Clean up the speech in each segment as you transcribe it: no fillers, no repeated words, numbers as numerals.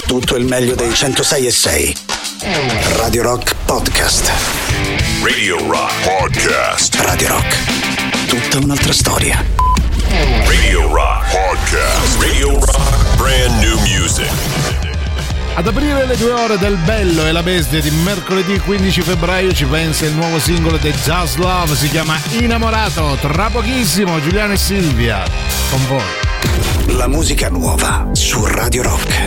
tutto il meglio dei 106.6. Radio Rock Podcast. Radio Rock Podcast. Radio Rock, tutta un'altra storia. Radio Rock Podcast. Radio Rock Brand New Music. Ad aprire le 2 ore del Bello e la Bestia di mercoledì 15 febbraio ci pensa il nuovo singolo di Just Love, si chiama Innamorato. Tra pochissimo Giuliano e Silvia con voi. La musica nuova su Radio Rock.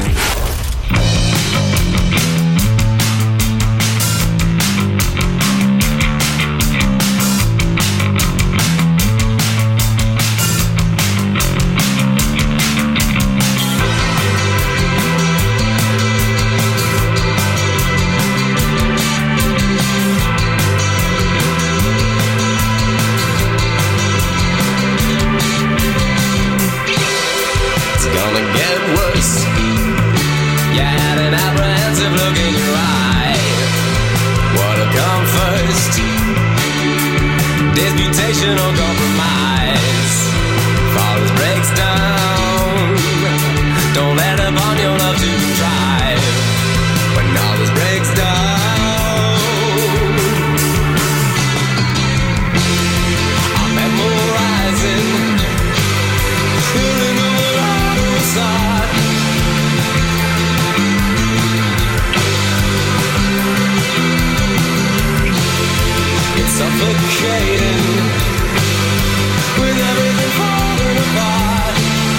Or compromise. Falls breaks down. Don't let up on your love to drive. When all this breaks down, I'm memorizing. Feeling the other side. It's suffocating. With everything falling apart,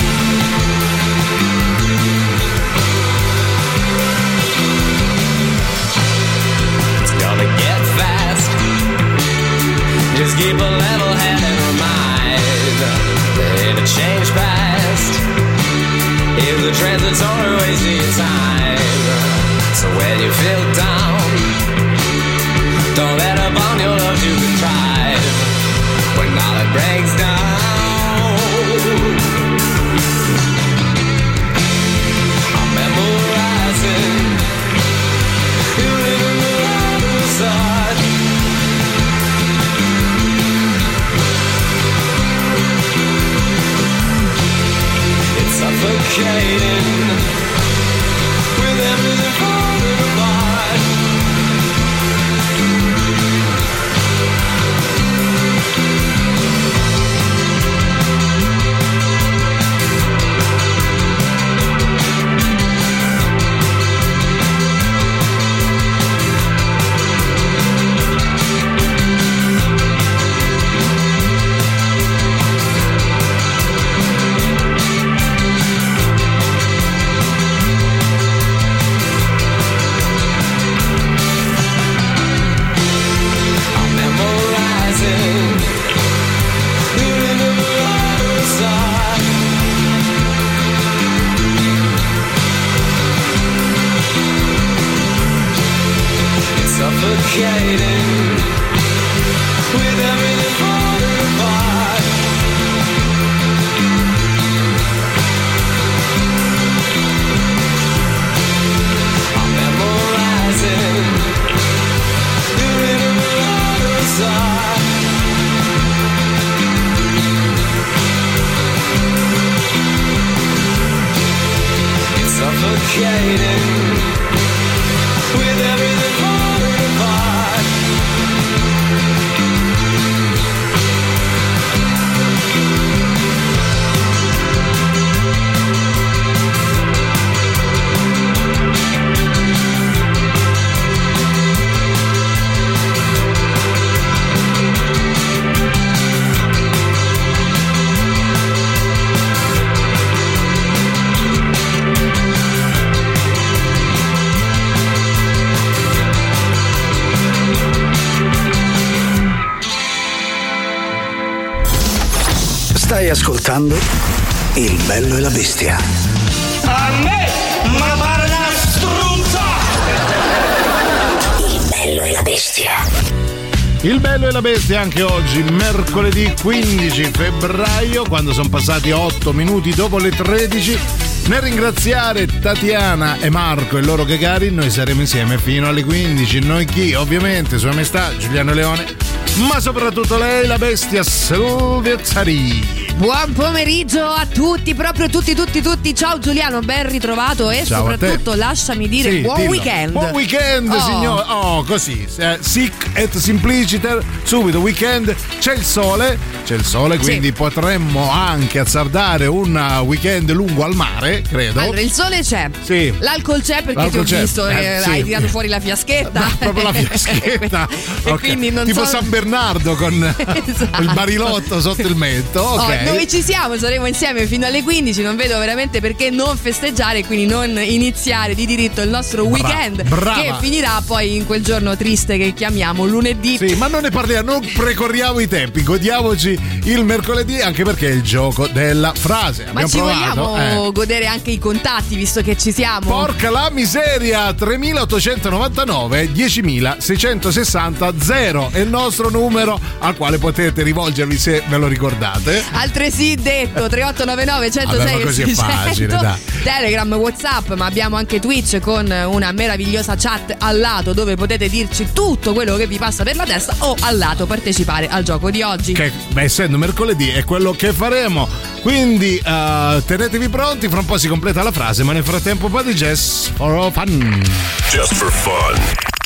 it's gonna get fast. Just keep a level head and remind that a change past is a transitory waste of your time. So when you feel down, don't let up on your love to contrive. When all it breaks down, I'm memorizing. Feeling the other side. It's suffocating. With everything falling apart. Suffocating with everything falling apart. I'm memorizing the rhythm of the other side. It's suffocating with everything falling apart. Stai ascoltando Il Bello e la Bestia. A me, ma pare una struzza! Il Bello e la Bestia. Il Bello e la Bestia anche oggi, mercoledì 15 febbraio, quando sono passati 8 minuti dopo le 13. Nel ringraziare Tatiana e Marco e loro Gagarin, noi saremo insieme fino alle 15. Noi chi? Ovviamente Sua Maestà Giuliano Leone, ma soprattutto lei, la bestia Silvia Zarin. Buon pomeriggio a tutti, proprio tutti. Ciao Giuliano, ben ritrovato e ciao, soprattutto lasciami dire sì, buon dillo. weekend. Buon weekend, signore. Oh, così. Sic et simpliciter, subito weekend, c'è il sole, quindi sì, potremmo anche azzardare un weekend lungo al mare, credo. Allora, il sole c'è, sì, l'alcul c'è perché l'alcol ti ho visto c'è. Sì. hai tirato fuori la fiaschetta. Proprio la fiaschetta. E Okay. quindi non tipo so... San Bernardo con esatto, il barilotto sotto il mento. Ok. Noi ci siamo, saremo insieme fino alle 15, non vedo veramente perché non festeggiare e quindi non iniziare di diritto il nostro weekend, brava, che finirà poi in quel giorno triste che chiamiamo lunedì. Sì, ma non ne parliamo, non precorriamo i tempi, godiamoci il mercoledì, anche perché è il gioco della frase. Ma ci vogliamo godere anche i contatti, visto che ci siamo? Porca la miseria, 3899 10660 0 è il nostro numero al quale potete rivolgervi se ve lo ricordate. Altresì detto 3899 106 ma così è 600, facile, dai. Telegram, WhatsApp, ma abbiamo anche Twitch con una meravigliosa chat al lato dove potete dirci tutto quello che vi passa per la testa o al lato partecipare al gioco di oggi. Che essendo mercoledì è quello che faremo. Quindi tenetevi pronti, fra un po' si completa la frase, ma nel frattempo un po' di jazz for fun. Just for fun.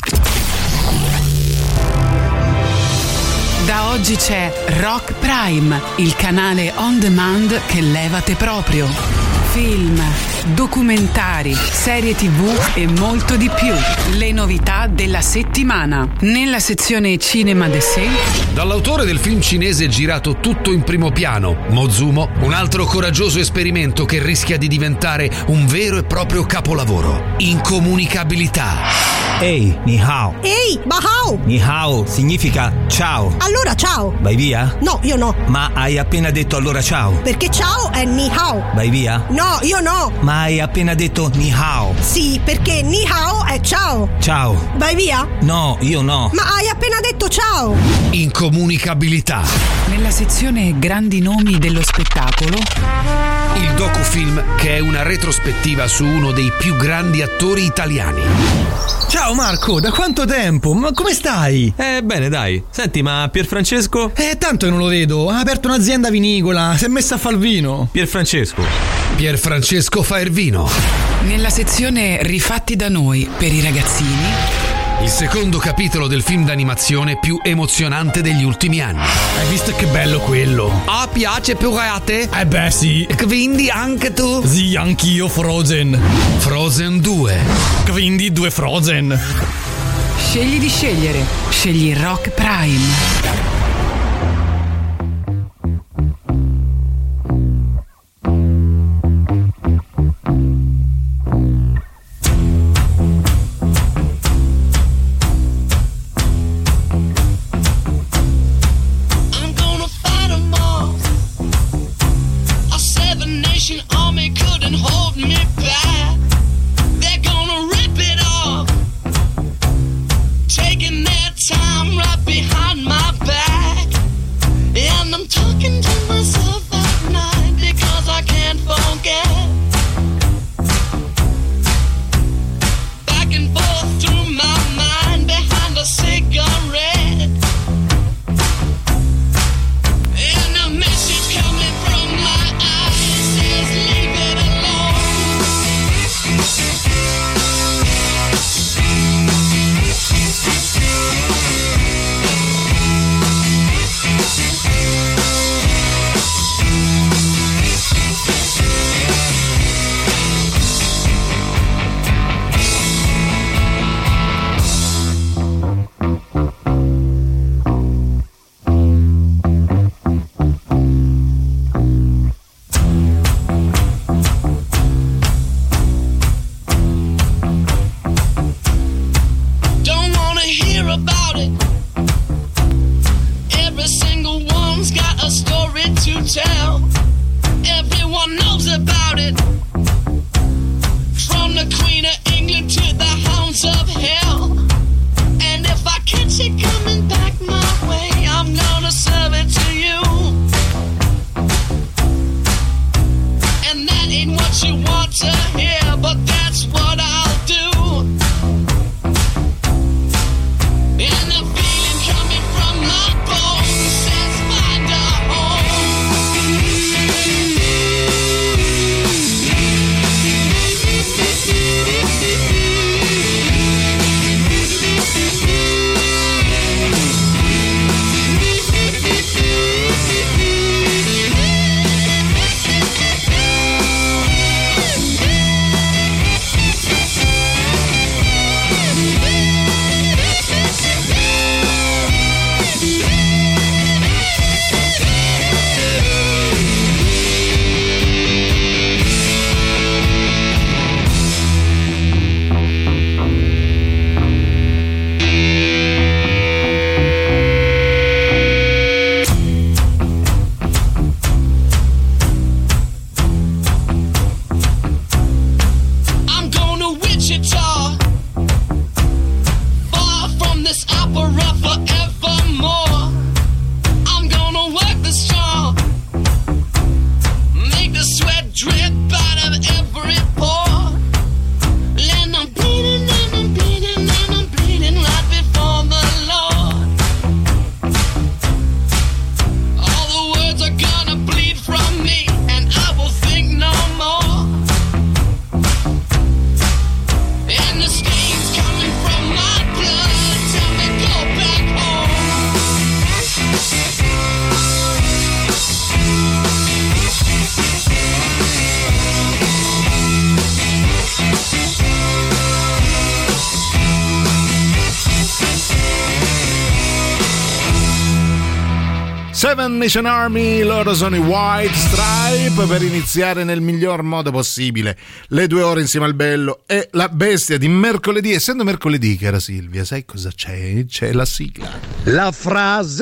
Da oggi c'è Rock Prime, il canale on demand che levate proprio. Film, documentari, serie TV e molto di più. Le novità della settimana. Nella sezione Cinema d'Essai. Dall'autore del film cinese girato tutto in primo piano, Mozumo, un altro coraggioso esperimento che rischia di diventare un vero e proprio capolavoro. Incomunicabilità. Ehi, ni hao. Ehi, bahao. Ni hao significa ciao. Allora ciao. Vai via? No, io no. Ma hai appena detto allora ciao. Perché ciao è ni hao. Vai via? No, io no. Ma hai appena detto ni hao. Sì, perché ni hao è ciao. Ciao. Vai via? No, io no. Ma hai appena detto ciao. Incomunicabilità. Nella sezione Grandi nomi dello spettacolo. Il docufilm che è una retrospettiva su uno dei più grandi attori italiani. Ciao Marco, da quanto tempo? Ma come stai? Bene dai. Senti, ma Pierfrancesco? Tanto che non lo vedo. Ha aperto un'azienda vinicola, si è messa a far il vino. Pierfrancesco fa il vino. Nella sezione Rifatti da noi per i ragazzini. Il secondo capitolo del film d'animazione più emozionante degli ultimi anni. Hai visto che bello quello? Ah, piace pure a te? Beh sì. Quindi anche tu? Sì, anch'io Frozen. Frozen 2. Quindi 2 Frozen. Scegli di scegliere. Scegli Rock Prime. Taking their time right behind my back. Seven Nation Army, loro sono i White Stripe, per iniziare nel miglior modo possibile le 2 ore insieme al Bello e la Bestia di mercoledì. Essendo mercoledì, cara Silvia, sai cosa c'è? C'è la sigla. La frase...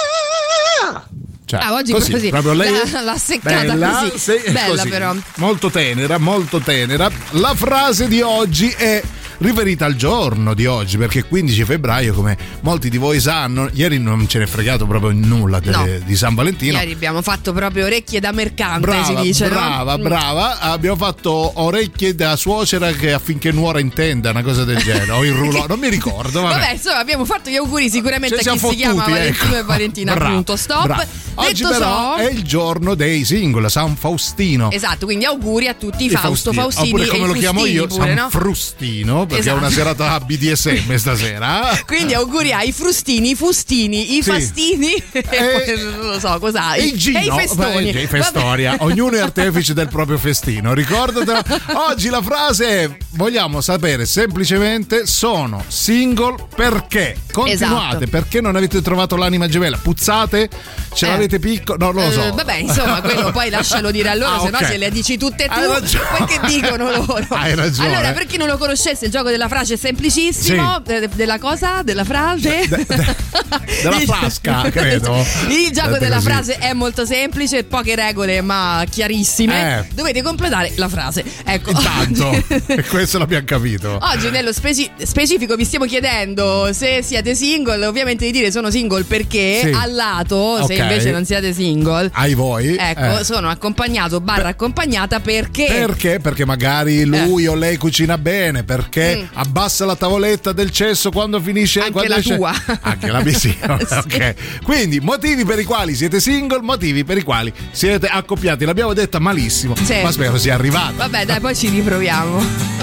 Cioè, oggi così, proprio lei l'ha seccata bella, così. Bella così, però. molto tenera. La frase di oggi è riferita al giorno di oggi, perché 15 febbraio, come molti di voi sanno, ieri non ce ne è fregato proprio nulla di San Valentino. Ieri abbiamo fatto proprio orecchie da mercante, brava, si dice, brava, no? Brava, abbiamo fatto orecchie da suocera che affinché nuora intenda, una cosa del genere, o il rouleau, non mi ricordo. Vabbè, insomma, abbiamo fatto gli auguri sicuramente a chi si chiama Valentino e Valentina, appunto. Stop. Brava. Oggi però è il giorno dei single, San Faustino. Esatto, quindi auguri a tutti i Faustini. Oppure come lo chiamo io, pure, San no? Frustino, perché esatto. è una serata BDSM stasera. Quindi auguri ai frustini, i fustini, i fastini e poi non lo so cos'ha. Il Gino, e i festoni. I festoria. Ognuno è artefice del proprio festino. Ricordatelo. Oggi la frase è: vogliamo sapere semplicemente, sono single perché? Continuate, esatto. Perché non avete trovato l'anima gemella? Puzzate? Ce l'avete piccolo? No, non lo so. Vabbè, insomma, quello poi lascialo dire a loro, se no se le dici tutte tu, poi che dicono loro? Hai ragione. Allora, per chi non lo conoscesse, il gioco della frase è semplicissimo. Sì. Della cosa? Della frase? Della frasca, credo. Il gioco della frase è molto semplice, poche regole ma chiarissime. Dovete completare la frase. Ecco. Intanto, e questo l'abbiamo capito. Oggi nello specifico vi stiamo chiedendo se siete single, ovviamente di dire sono single perché al lato, se invece non siete single, ai voi, ecco, sono accompagnato / accompagnata perché? Perché magari lui o lei cucina bene, perché abbassa la tavoletta del cesso quando finisce, anche quando la esce, tua, anche la mia sì. Ok. Quindi motivi per i quali siete single, motivi per i quali siete accoppiati. L'abbiamo detta malissimo, ma spero sia arrivata. Vabbè, dai, poi ci riproviamo.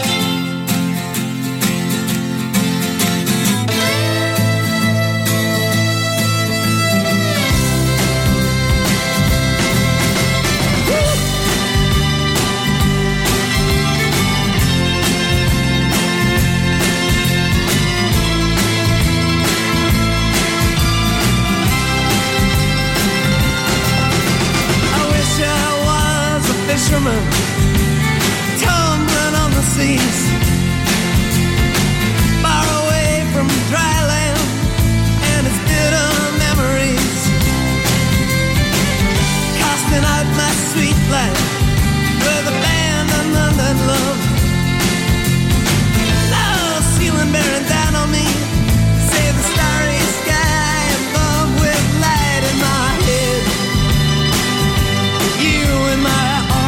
Tumbling on the seas, far away from dry land and its bitter memories, casting out my sweet life with abandonment and love. Love ceiling bearing down on me, save the starry sky above with light in my head, you in my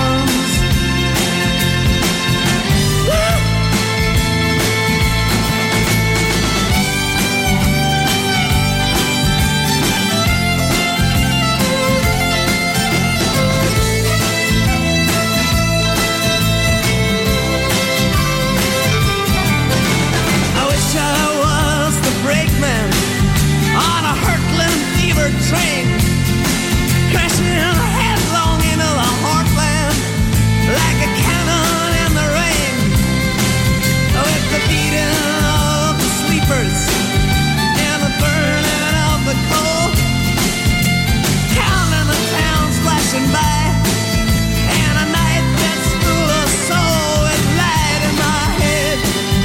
train, crashing headlong into the heartland like a cannon in the rain, with the beating of the sleepers and the burning of the coal, counting the towns flashing by, and a night that's full of soul with light in my head,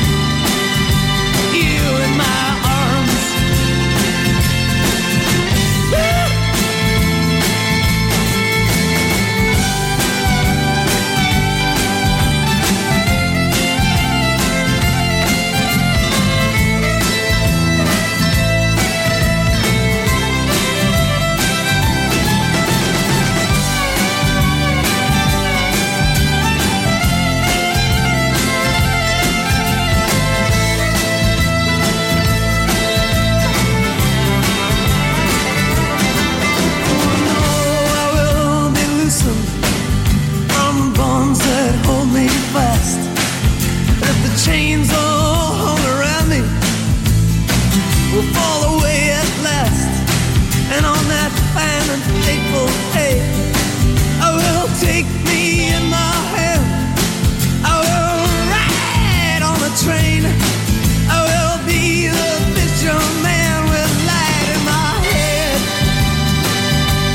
you in my arms. Fast. If the chains all hung around me will fall away at last, and on that fine and fateful day I will take me in my hand, I will ride on the train, I will be the vision man with light in my head,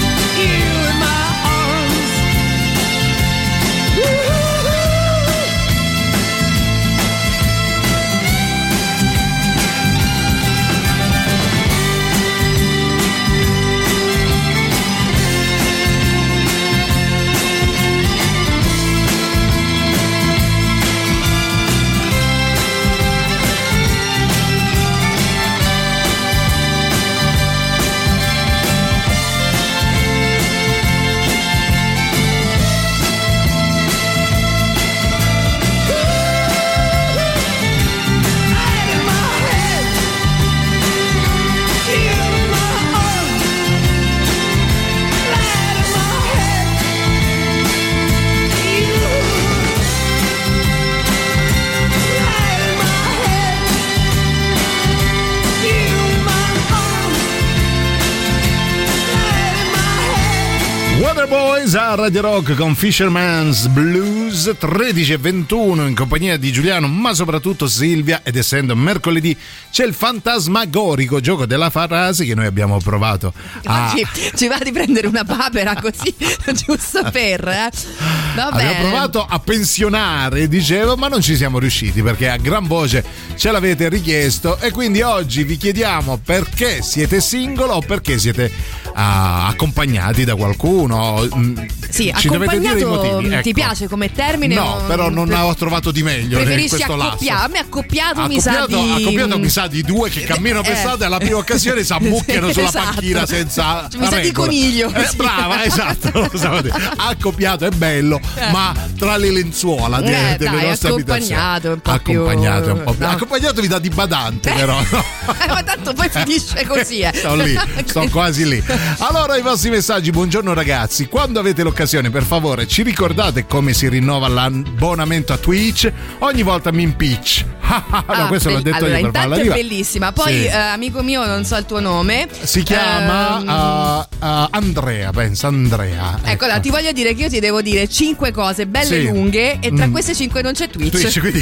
Mesa a Radio Rock con Fisherman's Blues, 13:21 in compagnia di Giuliano, ma soprattutto Silvia, ed essendo mercoledì c'è il fantasmagorico gioco della frase che noi abbiamo provato ci va di prendere una papera così giusto per va bene. Abbiamo provato a pensionare, dicevo, ma non ci siamo riusciti perché a gran voce ce l'avete richiesto, e quindi oggi vi chiediamo perché siete single o perché siete accompagnati da qualcuno. Sì, ci dovete dire i motivi. Ti Ecco. piace come termine? No, però non ho trovato di meglio in preferisci questo lasso. A me accoppiato mi sa di accoppiato mi sa di due che camminano per strada e alla prima occasione si ammucchiano sulla esatto. panchina senza mi sa di coniglio. Sì. Brava, esatto. Accoppiato è bello, ma tra le lenzuola delle nostre accompagnato abitazioni. Un po' più. Accompagnato mi dà di badante, però. Ma tanto poi finisce così. Sto quasi lì. Allora, i vostri messaggi. Buongiorno ragazzi, quando avete l'occasione, per favore, ci ricordate come si rinnova l'abbonamento a Twitch? Ogni volta mi impitch. No, questo l'ho detto io per farla è bellissima. Poi, sì. Amico mio, non so il tuo nome. Si chiama Andrea, pensa Andrea. Ecco, ti voglio dire che io ti devo dire 5 cose belle lunghe, e tra queste 5 non c'è Twitch. Quindi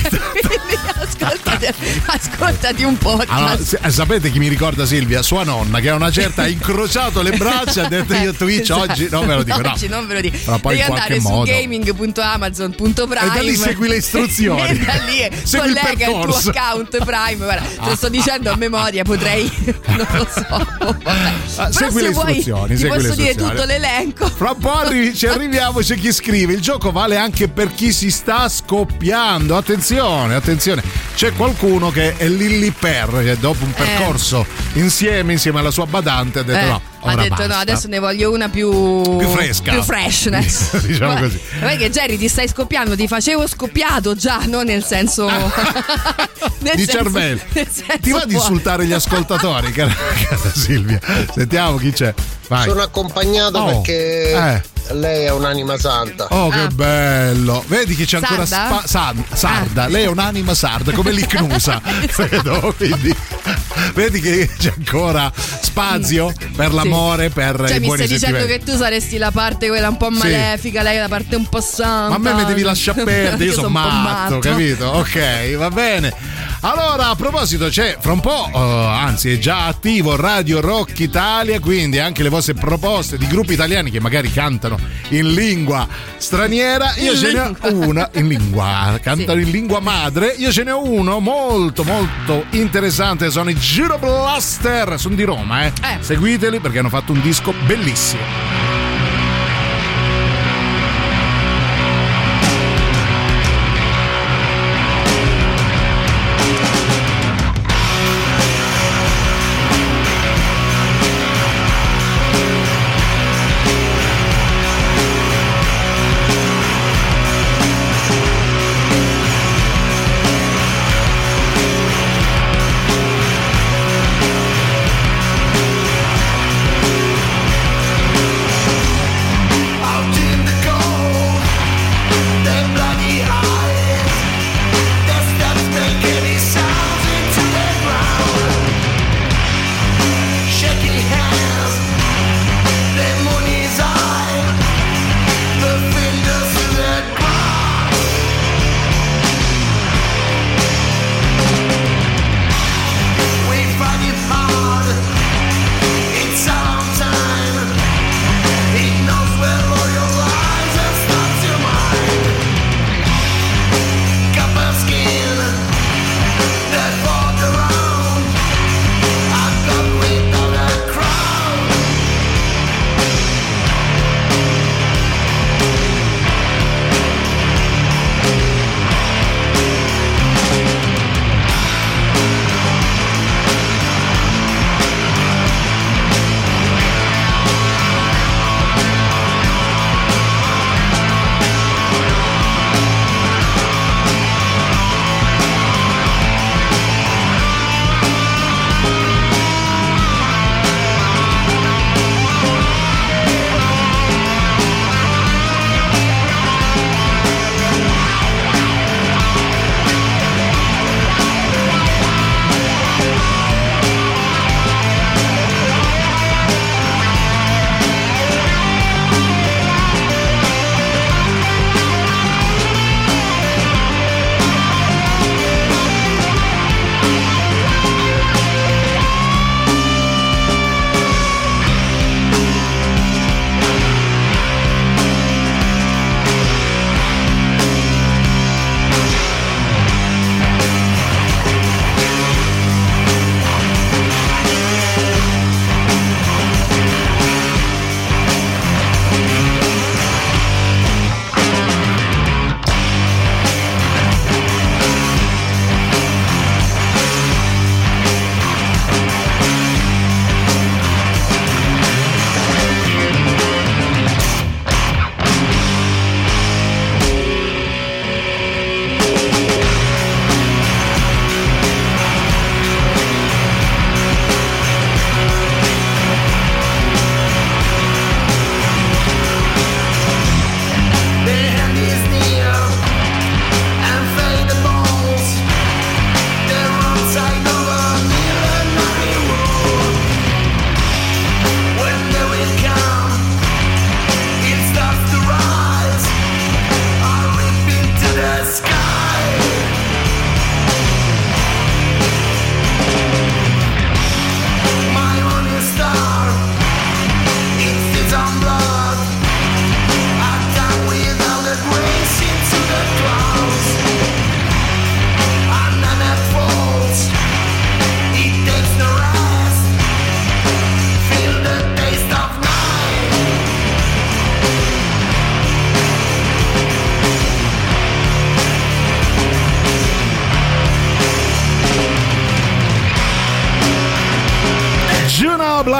ascoltati un po'. Allora, sapete chi mi ricorda Silvia? Sua nonna, che a una certa ha incrociato le braccia e ha detto io Twitch esatto. Oggi non ve lo dico. Oggi non ve lo dico. Però poi devi andare su gaming.amazon.prime e da lì segui le istruzioni. E da lì collega il tuo account Prime. Guarda, te lo sto dicendo a memoria, potrei non lo so. Segui le istruzioni. Ti posso dire tutto l'elenco. Fra un po' ci arriviamo. C'è chi scrive: il gioco vale anche per chi si sta scoppiando. Attenzione, c'è qualcuno che è Lilly Per, che dopo un percorso insieme alla sua badante ha detto no. Ha detto basta. no, adesso ne voglio una più fresca, più freshness. Diciamo così. Sai che Jerry ti stai scoppiando, ti facevo scoppiato già, non nel senso di cervello. Ti va di insultare gli ascoltatori, cara Silvia? Sentiamo chi c'è. Vai. Sono accompagnato perché lei è un'anima santa. Oh, che bello! Vedi che c'è ancora sarda. Lei è un'anima sarda, come l'Icnusa. Credo, quindi vedi che c'è ancora spazio per l'amore, per i mi buoni stai dicendo che tu saresti la parte quella un po' malefica, lei la parte un po' santa. Ma a me mi devi lasciare perdere, io sono matto, capito? Ok, va bene. Allora, a proposito, c'è fra un po', anzi è già attivo Radio Rock Italia, quindi anche le vostre proposte di gruppi italiani che magari cantano in lingua straniera. Io ce ne ho una in lingua, cantano in lingua madre. Io ce ne ho uno molto molto interessante, sono i Giro Blaster, sono di Roma, seguiteli perché hanno fatto un disco bellissimo.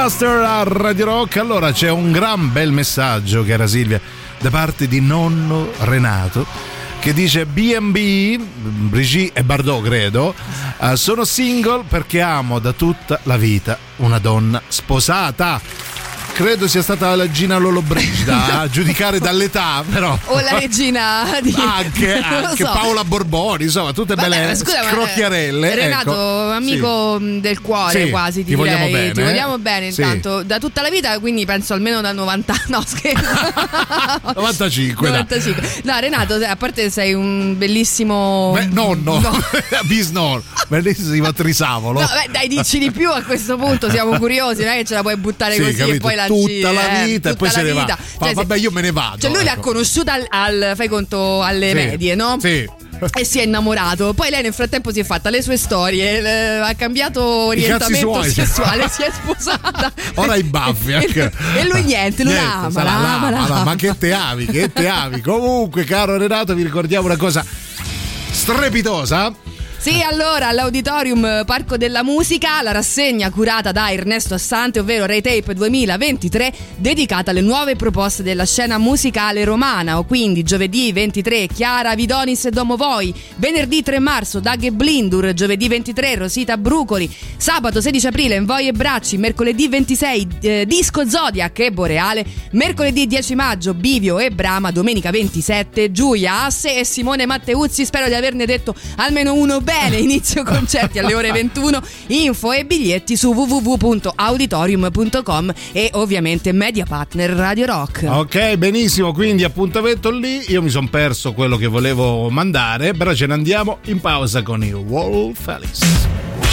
Master a Radio Rock. Allora c'è un gran bel messaggio, cara Silvia, da parte di nonno Renato, che dice: B&B, Brigitte e Bardot credo, sono single perché amo da tutta la vita una donna sposata. Credo sia stata la Gina Lollobrigida a giudicare dall'età, però. O la regina di... anche so. Paola Borboni, insomma, tutte belle scrocchiarelle. Renato, ecco. amico del cuore, sì, quasi ti vogliamo direi. bene, ti vogliamo bene sì. Intanto da tutta la vita, quindi penso almeno da 90. No, scherzo. 95. No, Renato, a parte sei un bellissimo nonno. Bisnor, bellissimo trisavolo. No, dai, dici di più a questo punto, siamo curiosi, non è che ce la puoi buttare così, capito? E poi tutta la vita e poi se ne va. Cioè, vabbè, io me ne vado. Cioè lui l'ha conosciuta fai conto alle medie, no? Sì. E si è innamorato. Poi lei nel frattempo si è fatta le sue storie, ha cambiato orientamento sessuale, si è sposata. Ora i baffi anche. E lui niente, lui l'ama. Ma che te ami. Comunque, caro Renato, vi ricordiamo una cosa strepitosa. Sì, allora all'Auditorium Parco della Musica la rassegna curata da Ernesto Assante, ovvero Ray Tape 2023, dedicata alle nuove proposte della scena musicale romana. Quindi giovedì 23 Chiara Vidonis e Domovoi, venerdì 3 marzo Doug e Blindur, giovedì 23 Rosita Brucoli, sabato 16 aprile Envoi e Bracci, mercoledì 26 Disco Zodiac e Boreale, mercoledì 10 maggio Bivio e Brama, domenica 27 Giulia Asse e Simone Matteuzzi. Spero di averne detto almeno uno bene. Inizio concerti alle ore 21, info e biglietti su www.auditorium.com e ovviamente media partner Radio Rock. Ok, benissimo, quindi appuntamento lì. Io mi sono perso quello che volevo mandare, però ce ne andiamo in pausa con i Wolf Alice.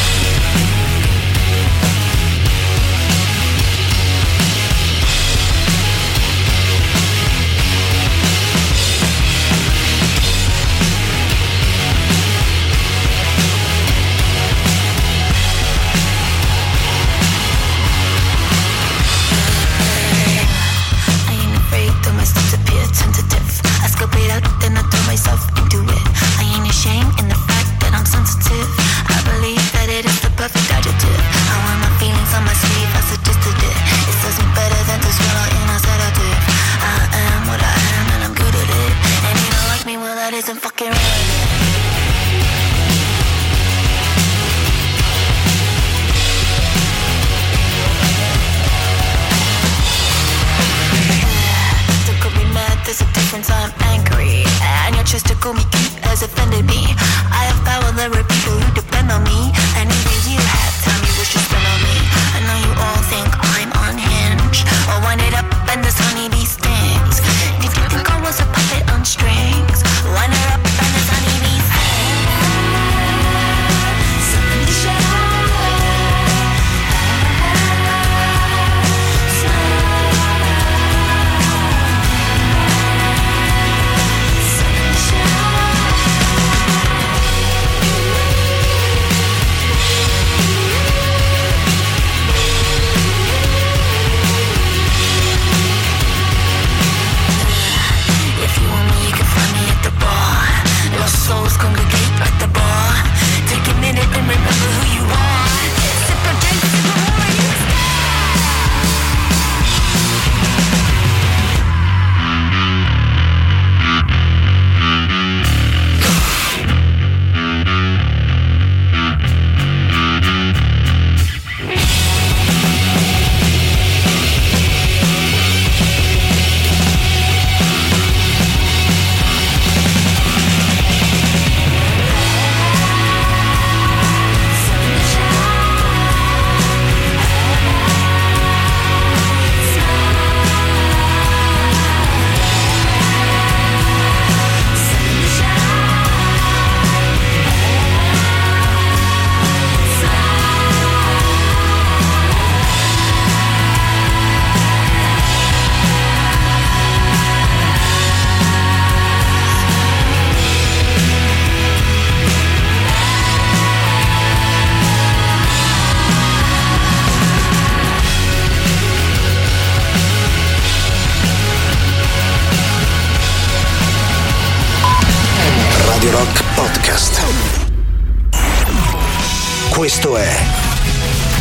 Radio Rock Podcast. Questo è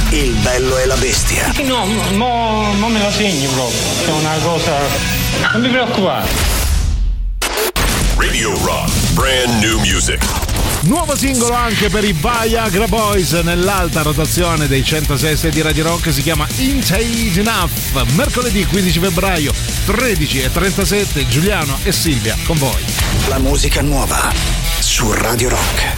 Il bello e la bestia. No, non me la segni proprio. È una cosa. Non mi preoccupare. Radio Rock, brand new music. Nuovo singolo anche per i Viagra Boys nell'alta rotazione dei 106 di Radio Rock, si chiama Ain't Enough. Mercoledì 15 febbraio 13:37, Giuliano e Silvia con voi. La musica nuova su Radio Rock.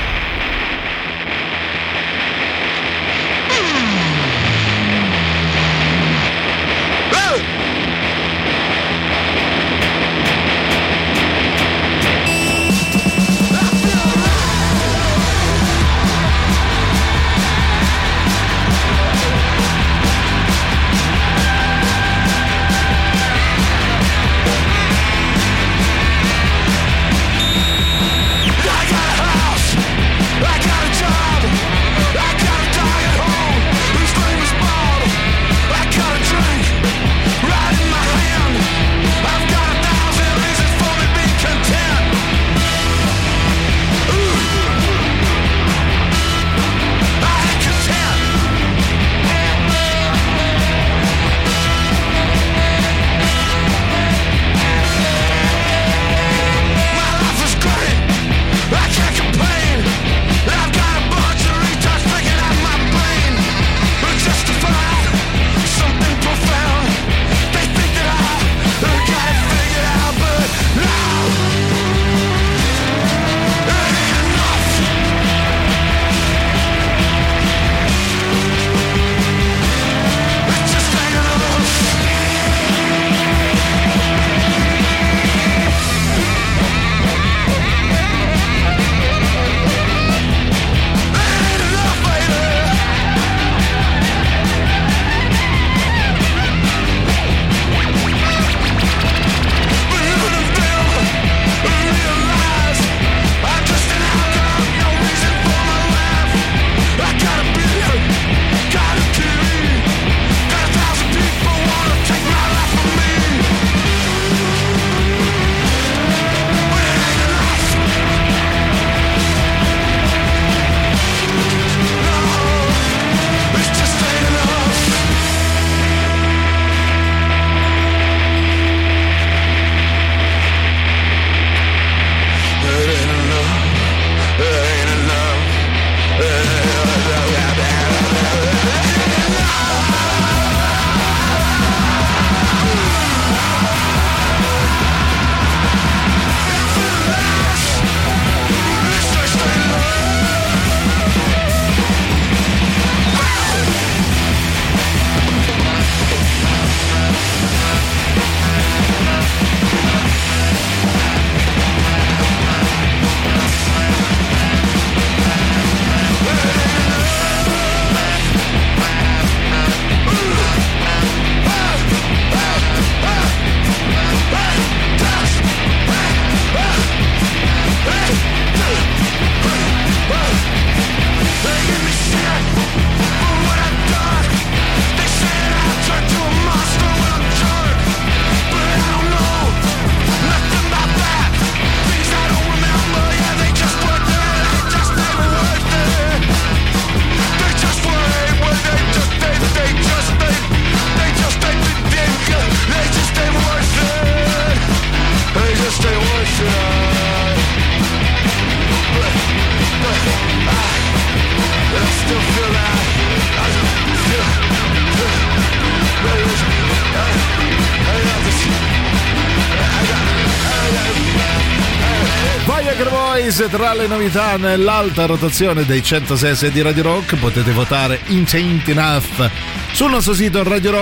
Tra le novità nell'alta rotazione dei 106 di Radio Rock potete votare Ain't Enough sul nostro sito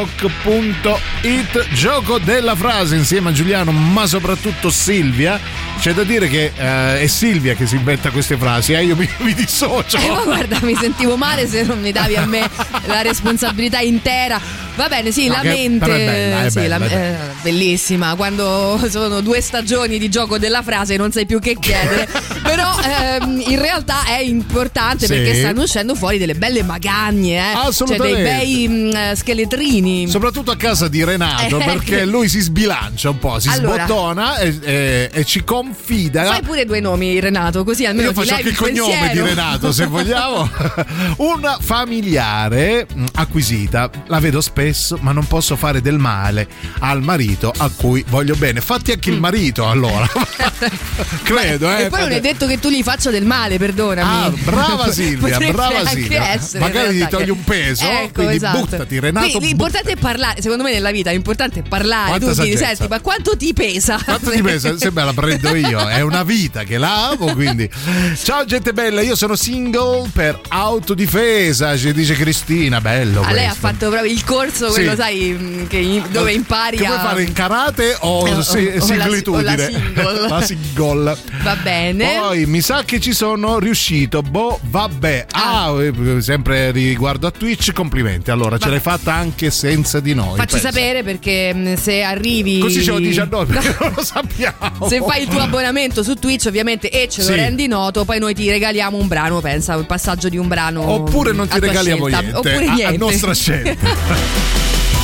radiorock.it. Gioco della frase insieme a Giuliano, ma soprattutto Silvia. C'è da dire che è Silvia che si inventa queste frasi, io mi dissocio. Ma guarda, mi sentivo male se non mi davi a me la responsabilità intera. Va bene, sì, No, la che mente però è bella, è sì, bella, bellissima. Quando sono 2 stagioni di gioco della frase non sai più che chiedere. Però in realtà è importante, Sì. perché stanno uscendo fuori delle belle magagne, Assolutamente. cioè dei bei scheletrini. Soprattutto a casa di Renato, perché lui si sbilancia un po', si Allora. sbottona e ci confida. Fai pure 2 nomi, Renato, così almeno Io ti faccio levi anche il cognome pensiero. di Renato, se vogliamo. Una familiare acquisita, la vedo spesso, ma non posso fare del male al marito a cui voglio bene. Fatti anche il marito, allora. Credo, E poi non è detto che tu gli faccia del male, perdonami. Brava Silvia, Potrebbe brava anche Silvia. essere, Magari in gli realtà, togli che- un peso, Ecco, quindi esatto. buttati, Renato. Quindi l'importante è parlare, secondo me nella vita è importante parlare. Quanta Tu dici, saggezza. senti, ma quanto ti pesa? Quanto ti pesa? Se me la prendo io, è una vita che la amo, quindi. Ciao gente bella, io sono single per autodifesa, ci dice Cristina, bello A lei ha questo. fatto proprio il corso, quello Sì. sai, dove impari Che a... vuoi fare in karate o o la singolitudine? single. La single. Va bene. Poi mi sa che ci sono riuscito. Boh, vabbè. Sempre riguardo a Twitch, complimenti. Allora, ce l'hai fatta anche senza di noi. Facci pensa. sapere, perché se arrivi... Così ce lo dici a noi, perché non lo sappiamo. Se fai il tuo abbonamento su Twitch, ovviamente, e ce lo Sì. rendi noto, poi noi ti regaliamo un brano, pensa, il passaggio di un brano. Oppure non ti a tua regaliamo scelta. niente. Oppure niente. A nostra scelta.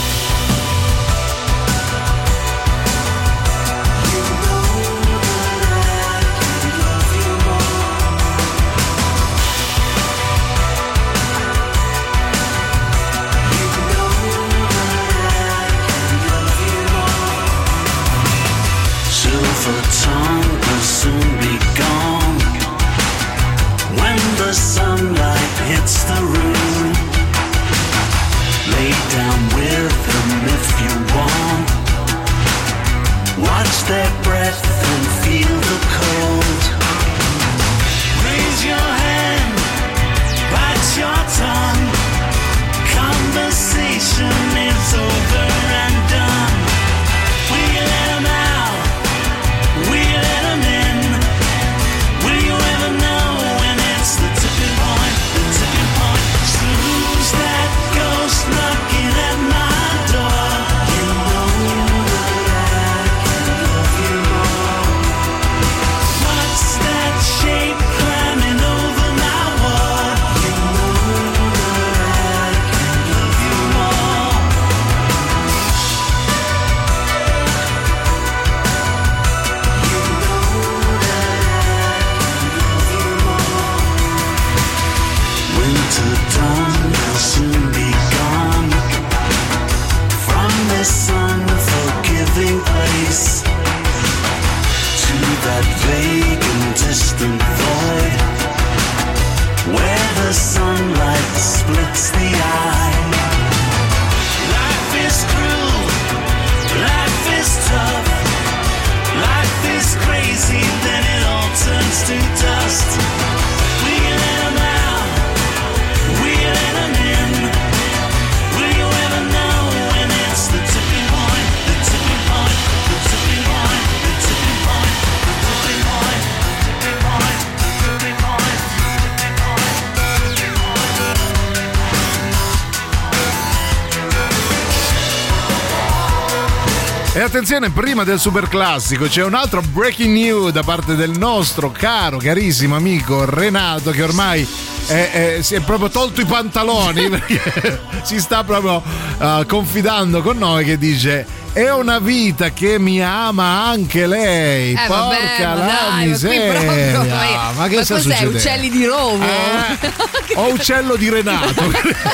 Silver tongue will soon be gone when the sunlight hits the room. Lay down with them if you want. Watch their breath and feel the cold. Raise your hand, bite your tongue. Conversation is over and done. We let them out. We let them in. Will you ever know when it's the tipping point? The tipping point. So who's that ghost knocking at my door? You know that I can love you more. What's that shape climbing over my wall? You know that I can love you more. Winter dawn will soon be gone from this unforgiving place to that vague and distant void where the sunlight splits the eye. Life is cruel, life is tough, life is crazy, then it all turns to dust. We let 'em out, we let 'em in. Will you ever know when it's the tipping point? The tipping point, the tipping point, the tipping point, the tipping point, the tipping point, the tipping point, the tipping point. E attenzione, prima del super classico c'è un altro breaking news da parte del nostro caro, carissimo amico Renato, che ormai si è proprio tolto i pantaloni perché si sta proprio confidando con noi, che dice: è una vita che mi ama anche lei. Porca la miseria. Ma che sta cos'è? succedendo? Uccelli di rovo? O uccello di Renato.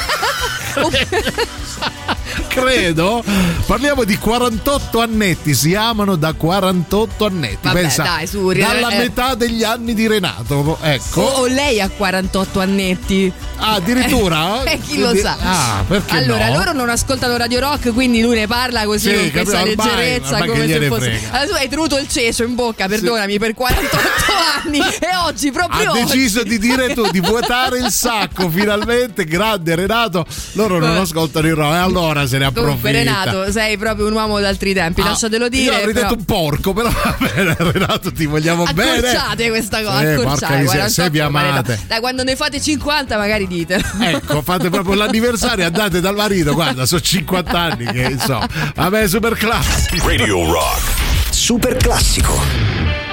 Credo. Parliamo di 48 annetti, si amano da 48 annetti. Vabbè, pensa, dai, su, dalla metà degli anni di Renato, ecco. O lei ha 48 annetti. Ah, addirittura? Chi lo sa? Ah, perché allora, no? loro non ascoltano Radio Rock, quindi lui ne parla così, Sì, con questa capito, ormai leggerezza, che come se gliene fosse. frega. Allora, tu hai tenuto il cecio in bocca, perdonami, per 48 anni e oggi, proprio Ha oggi. deciso di dire tu, di vuotare il sacco, finalmente, grande Renato. Loro non ascoltano il rock, e allora se ne approfitta. Comunque, Renato, sei proprio un uomo d'altri tempi, lasciatelo dire. Io avrei però... detto un porco, però va bene, Renato, ti vogliamo bene. Accorciate questa cosa, porca accorciate. miseria, se vi 48, amate. dai, quando ne fate 50 magari ditelo. Ecco, fate proprio l'anniversario, andate dal marito, guarda, sono 50 anni che insomma. Vabbè, super classico. Radio Rock. Super classico.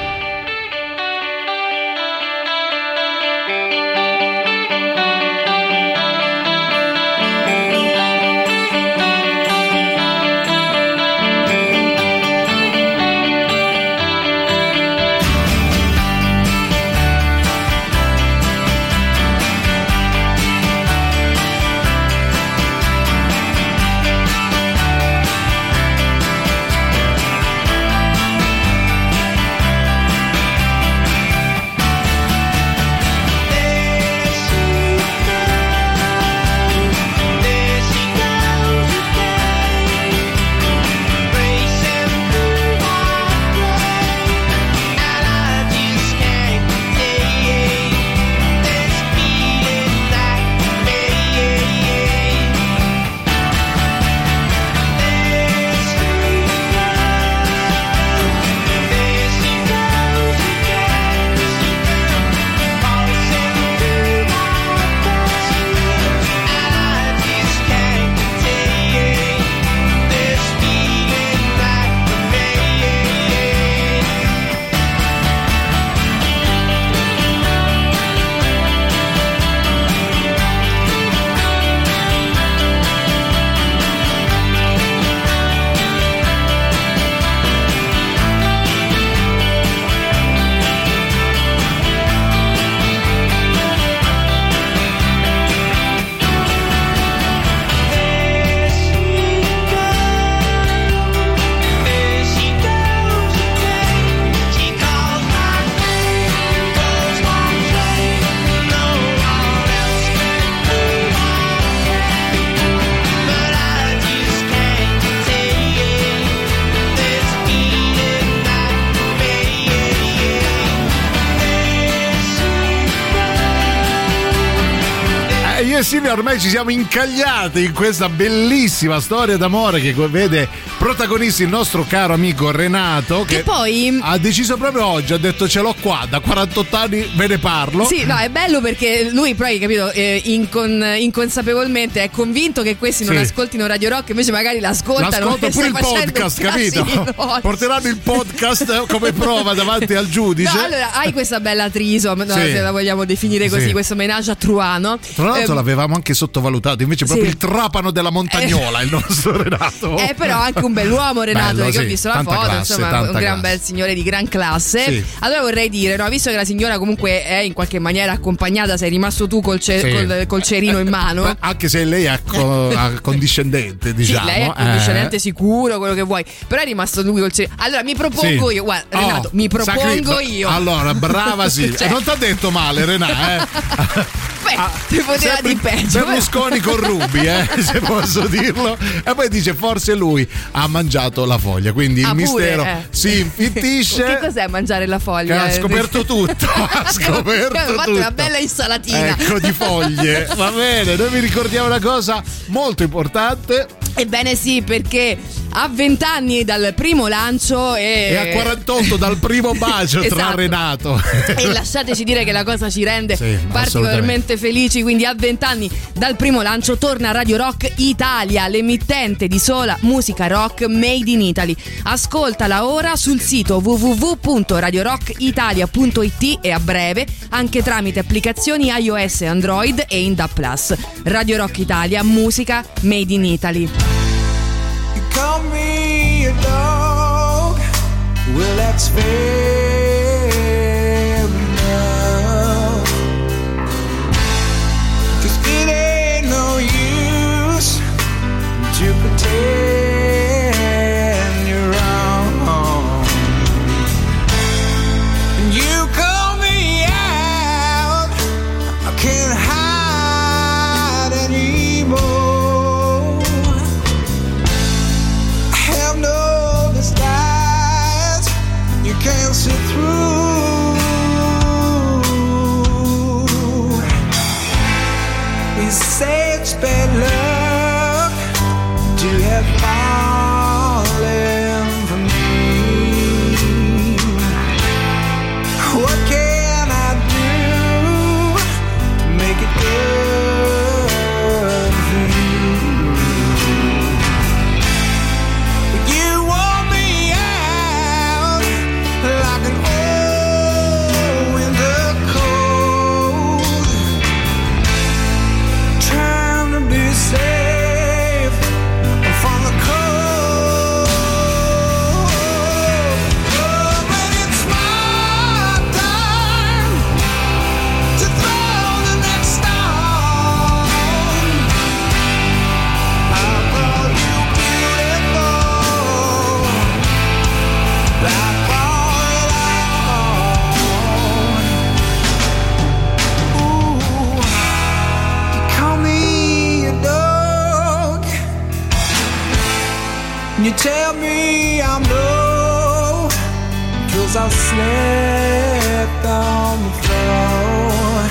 Silvia, ormai ci siamo incagliati in questa bellissima storia d'amore che vede protagonisti il nostro caro amico Renato, che poi ha deciso proprio oggi, ha detto ce l'ho qua, da 48 anni ve ne parlo. Sì, no, è bello perché lui poi, capito, inconsapevolmente è convinto che questi non ascoltino Radio Rock, invece magari l'ascoltano pure il podcast, capito? Porteranno il podcast come prova davanti al giudice. No, allora hai questa bella trisom, se la vogliamo definire così, questo menage a Truano. Tra l'altro l'avevamo anche sottovalutato, invece proprio il trapano della montagnola il nostro Renato. Però anche un bell'uomo Renato, bello, perché ho visto la foto, classe, insomma, un gran bel signore di gran classe. Sì. Allora vorrei dire, no, visto che la signora comunque è in qualche maniera accompagnata, sei rimasto tu col cerino in mano. Anche se lei è condiscendente, diciamo. Sì, lei è condiscendente sicuro, quello che vuoi. Però è rimasto lui col cerino. Allora mi propongo io, guarda, Renato, mi propongo io. Allora, brava Silvia. Non ti ha detto male, Renato, ti poteva di peggio. Berlusconi con Rubi, se posso dirlo. E poi dice forse lui ha mangiato la foglia, quindi il mistero si infittisce. Che cos'è mangiare la foglia? Ha scoperto tutto. Ha fatto una bella insalatina, ecco, di foglie. Va bene, noi vi ricordiamo una cosa molto importante. Ebbene sì, perché a 20 anni dal primo lancio e a 48 dal primo bacio tra Renato. E lasciateci dire che la cosa ci rende particolarmente felici. Quindi a 20 anni dal primo lancio torna Radio Rock Italia, l'emittente di sola musica rock made in Italy. Ascoltala ora sul sito www.radiorockitalia.it e a breve anche tramite applicazioni iOS e Android e in DAB+. Radio Rock Italia, musica made in Italy. You call me a dog, well that's fair enough, 'cause it ain't no use to pretend you're wrong. And you call me out, I can't hide anymore. Can't see through. You say it's bad luck to have fallen for me. What can I do to make it good? And you tell me I'm low, 'cause I've slept on the floor.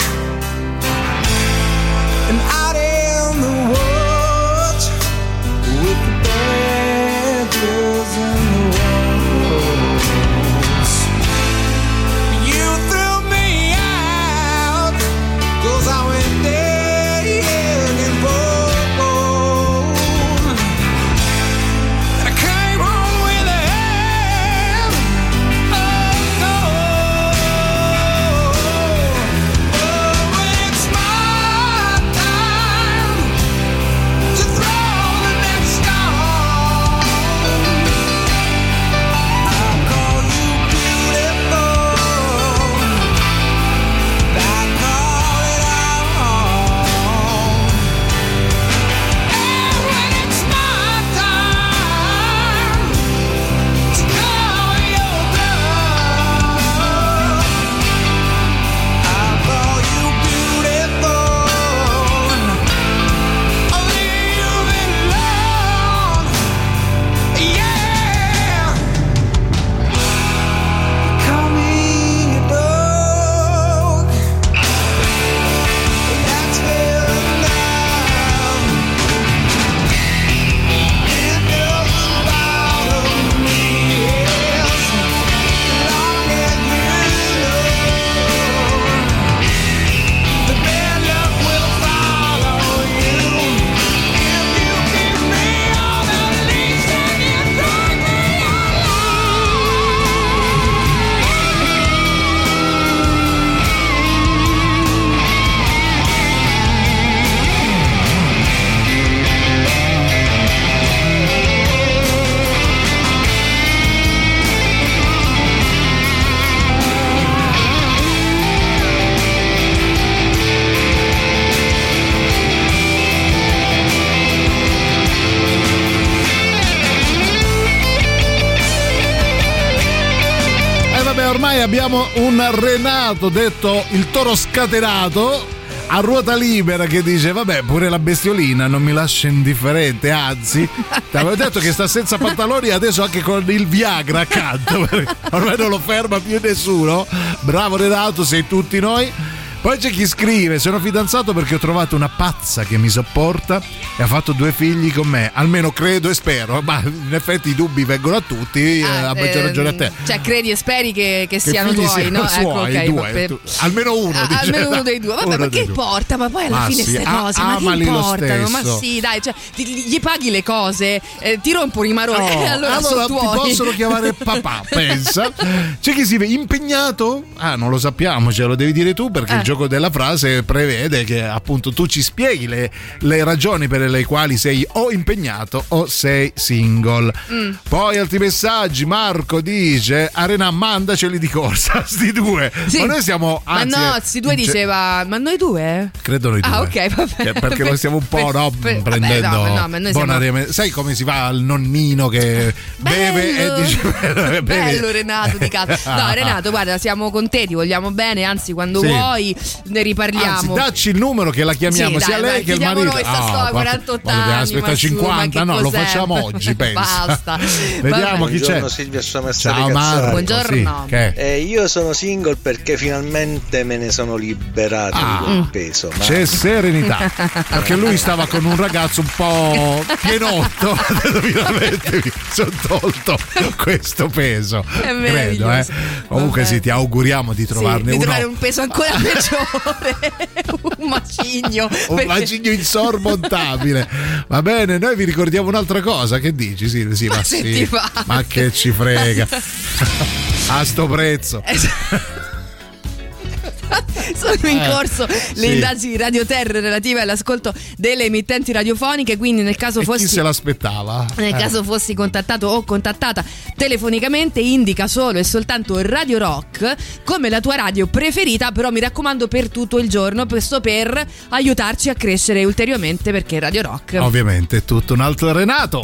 And out in the woods with the badgers and the wolves, you threw me out 'cause I went digging for. And I came home with a hand. Oh no. Oh, when it's my time to throw the next stone, I'll call you beautiful. I call it all. And when it's my time to call your bluff, I'll call you beautiful. I'll leave it alone. Yeah. Call me a dog. That's fair enough. It doesn't bother me as long as you know the bad luck will follow you if you keep me on a leash and you drag me E vabbè, ormai abbiamo un Renato, detto il toro scatenato, a ruota libera, che dice vabbè, pure la bestiolina non mi lascia indifferente, anzi ti avevo detto che sta senza pantaloni, adesso anche con il Viagra accanto, perché ormai non lo ferma più nessuno. Bravo Renato, sei tutti noi. Poi c'è chi scrive: sono fidanzato perché ho trovato una pazza che mi sopporta e ha fatto 2 figli con me, almeno credo e spero, ma in effetti i dubbi vengono a tutti, a maggior ragione a te. Cioè credi e speri che siano figli tuoi, no? siano suoi, Ecco, ok, due, almeno uno, almeno uno dei due. Vabbè, Uno ma dei che due. importa? Ma poi alla Ma fine sì, queste cose, ma che amali lo importano? Ma stesso. sì, dai, cioè gli paghi le cose, ti rompono i maroni, Oh, allora sono ti tuoi. possono chiamare papà, pensa. C'è chi si vede impegnato? Ah, non lo sappiamo, ce lo devi dire tu, perché il gioco della frase prevede che appunto tu ci spieghi le ragioni per le quali sei o impegnato o sei single. Poi altri messaggi. Marco dice: Arena, mandaceli di corsa sti due. Sì. Ma noi siamo, anzi, ma no, sti due diceva, ma noi due? credo noi due. Ah, ok, vabbè. Perché lo stiamo un po' vabbè, prendendo no, ma noi siamo... bonariamente. Sai come si fa al nonnino che beve e dice bevi. Bello Renato di cazzo. No, Renato, guarda, siamo con te, ti vogliamo bene, anzi quando Sì. vuoi ne riparliamo. Anzi, dacci il numero che la chiamiamo, Sì, sia dai, lei dai, che il chiediamo marito. noi, sta sto a 48 anni, aspetta ma su, 50, ma no, che lo cos'è? facciamo oggi, pensa. Basta. Vediamo chi c'è. Buongiorno Silvia, sono Massimo Ciao Marco. Buongiorno. Sì, che? Io sono single perché finalmente me ne sono liberato di quel peso. Ma... C'è serenità, perché lui stava con un ragazzo un po' pienotto. Finalmente mi sono tolto questo peso. È Credo, meraviglioso. Comunque Vabbè. sì, ti auguriamo di trovarne di uno. trovare un peso ancora peggiore. Un macigno. Un perché- macigno insormontabile. Va bene, noi vi ricordiamo un'altra cosa. Che dici? Sì, ma se sì. ti va. Ma che ci frega. A sto prezzo. Sono in corso le sì. indagini Radio Terra relative all'ascolto delle emittenti radiofoniche, quindi nel caso E fossi chi se l'aspettava? nel caso fossi contattato o contattata telefonicamente, indica solo e soltanto Radio Rock come la tua radio preferita, però mi raccomando per tutto il giorno, questo per aiutarci a crescere ulteriormente, perché Radio Rock Ovviamente è tutto un altro Renato.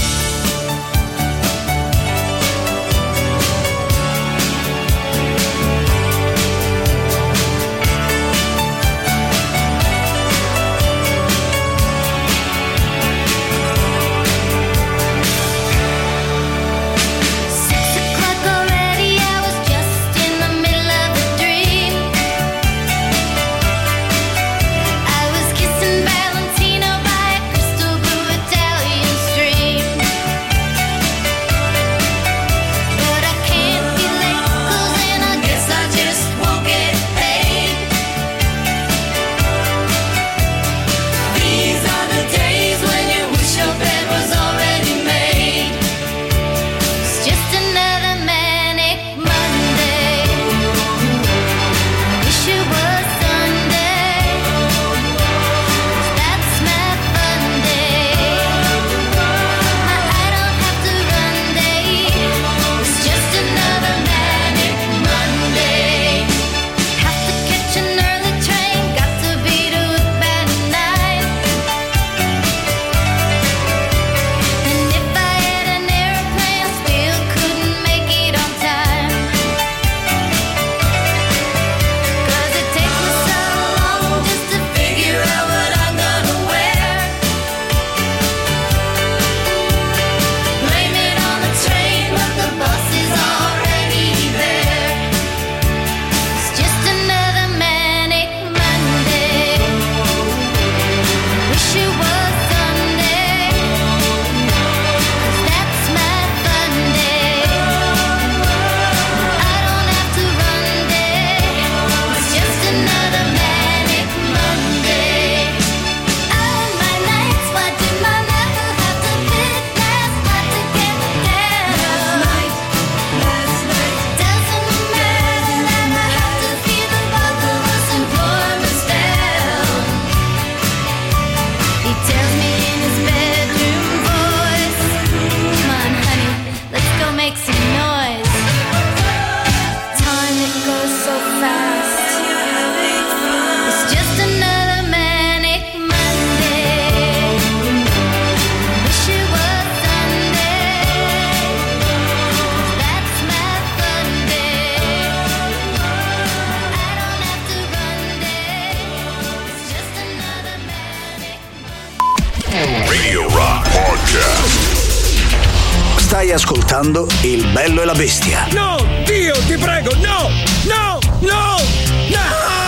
Radio Rock Podcast. Stai ascoltando Il Bello e la Bestia. No, Dio, ti prego, no, no, no, no!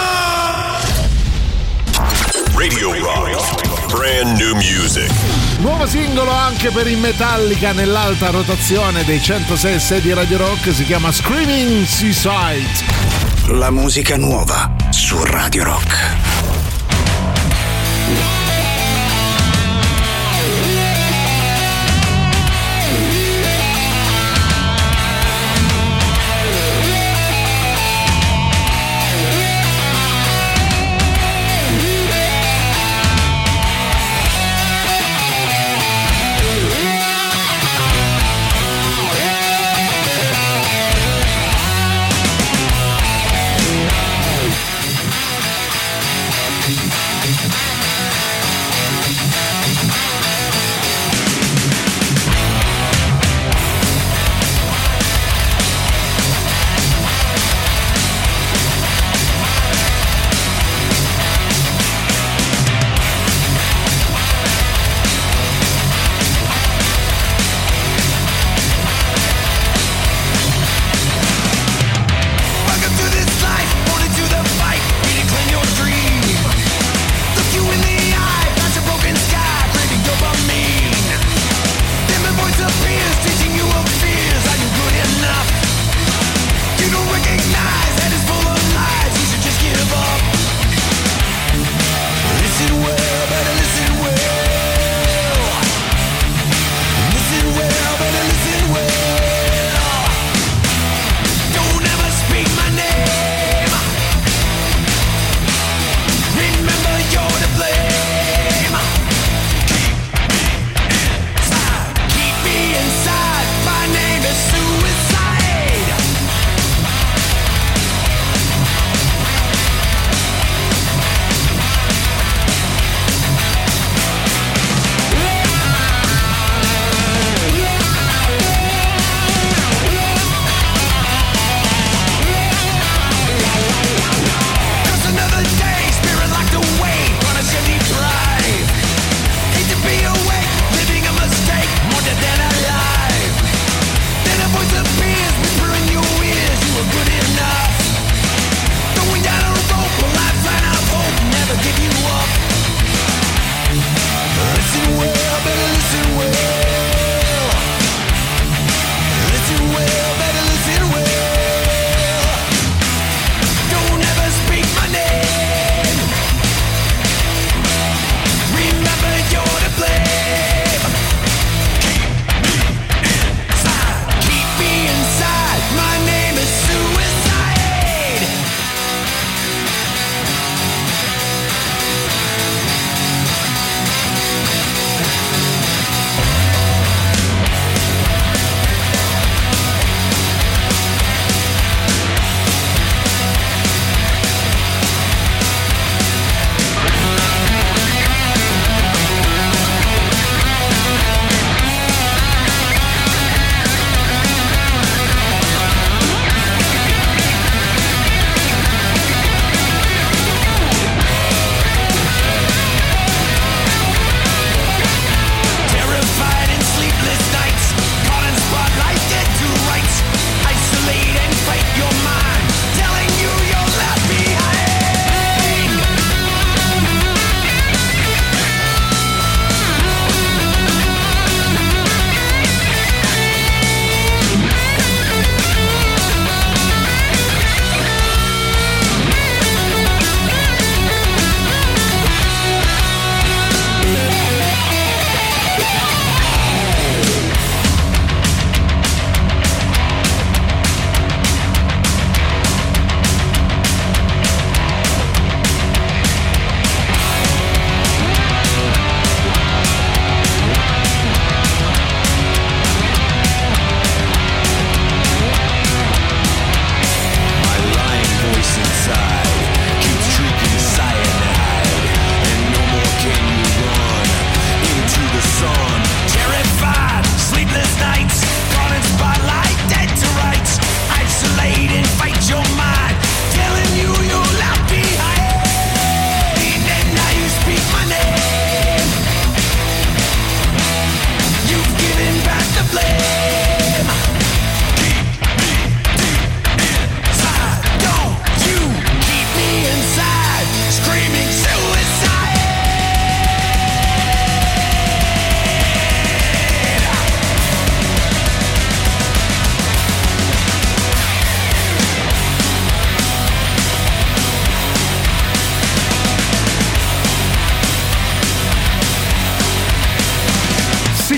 Radio Rock, brand new music. Nuovo singolo anche per i Metallica nell'alta rotazione dei 106 di Radio Rock, si chiama Screaming Seaside. La musica nuova su Radio Rock.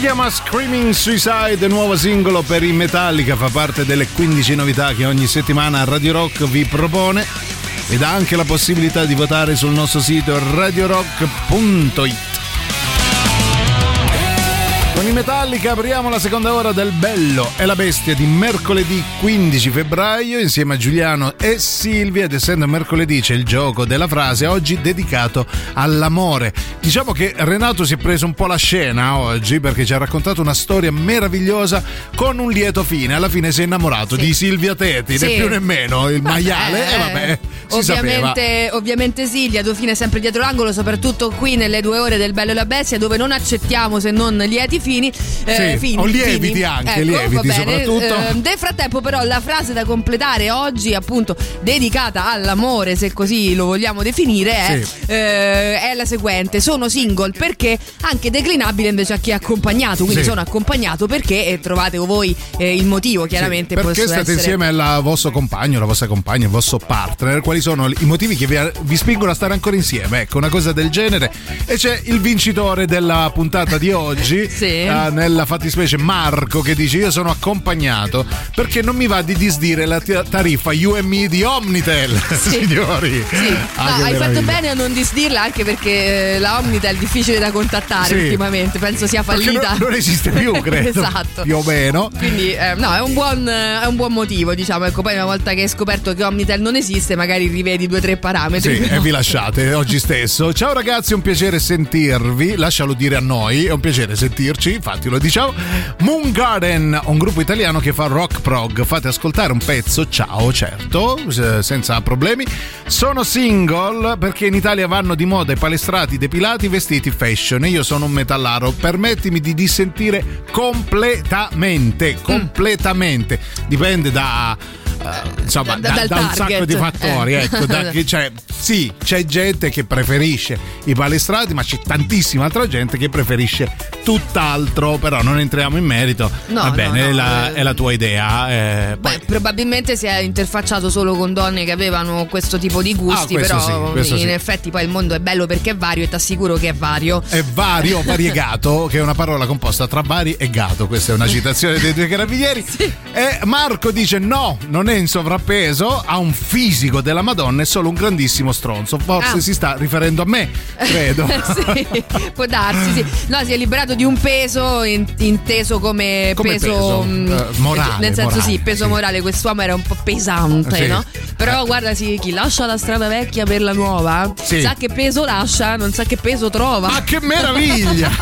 chiama Screaming Suicide, nuovo singolo per i Metallica, fa parte delle 15 novità che ogni settimana Radio Rock vi propone ed ha anche la possibilità di votare sul nostro sito radiorock.it. Con i Metallica apriamo la seconda ora del Bello e la Bestia di mercoledì 15 febbraio insieme a Giuliano e Silvia, ed essendo mercoledì c'è il gioco della frase oggi dedicato all'amore. Diciamo che Renato si è preso un po' la scena oggi perché ci ha raccontato una storia meravigliosa con un lieto fine. Alla fine si è innamorato di Silvia Teti, né più né meno, il maiale, e vabbè, si sapeva. Ovviamente sì, il lieto fine è sempre dietro l'angolo, soprattutto qui nelle 2 ore del Bello e la Bestia, dove non accettiamo se non lieti fini. O lieviti anche, ecco, lieviti soprattutto. Nel frattempo però la frase da completare oggi, appunto dedicata all'amore, se così lo vogliamo definire, è la seguente: sono single perché, anche declinabile invece a chi è accompagnato, quindi sono accompagnato perché, e trovate voi il motivo chiaramente. Perché state insieme al vostro compagno, la vostra compagna, il vostro partner. Quali sono i motivi che vi spingono a stare ancora insieme? Ecco, una cosa del genere. E c'è il vincitore della puntata di oggi, nella fattispecie Marco, che dice: io sono accompagnato perché non mi va di disdire la tariffa UMI di Omnitel. Signori, hai fatto bene a non disdirla, anche perché la Omnitel è difficile da contattare ultimamente, penso sia fallita, non esiste più, credo. Esatto, più o meno. Quindi è un buon motivo, diciamo. Ecco, poi una volta che hai scoperto che Omnitel non esiste, magari rivedi 2 o 3 parametri. E vi lasciate oggi stesso. Ciao ragazzi, è un piacere sentirvi, lascialo dire a noi, è un piacere sentirci, infatti lo diciamo. Moon Garden, un gruppo italiano che fa rock prog, fate ascoltare un pezzo. Ciao, certo, senza problemi. Sono single perché in Italia vanno di moda i palestrati, depilati, vestiti fashion, e io sono un metallaro, permettimi di dissentire completamente. Dipende da insomma da un sacco di fattori, ecco, sì, c'è gente che preferisce i palestrati, ma c'è tantissima altra gente che preferisce tutt'altro, però non entriamo in merito. Va bene, è la tua idea. Probabilmente si è interfacciato solo con donne che avevano questo tipo di gusti, però in effetti poi il mondo è bello perché è vario, e ti assicuro che è vario. È vario, variegato, che è una parola composta tra vari e gato. Questa è una citazione dei 2 carabinieri. E Marco dice: no, non è in sovrappeso, ha un fisico della Madonna, è solo un grandissimo stronzo. Forse si sta riferendo a me, credo. Sì, può darsi, sì. No, si è liberato di un peso inteso come peso morale, nel senso morale, peso morale. Quest'uomo era un po' pesante, no? Però guarda, chi lascia la strada vecchia per la nuova sa che peso lascia, non sa che peso trova. Ma che meraviglia!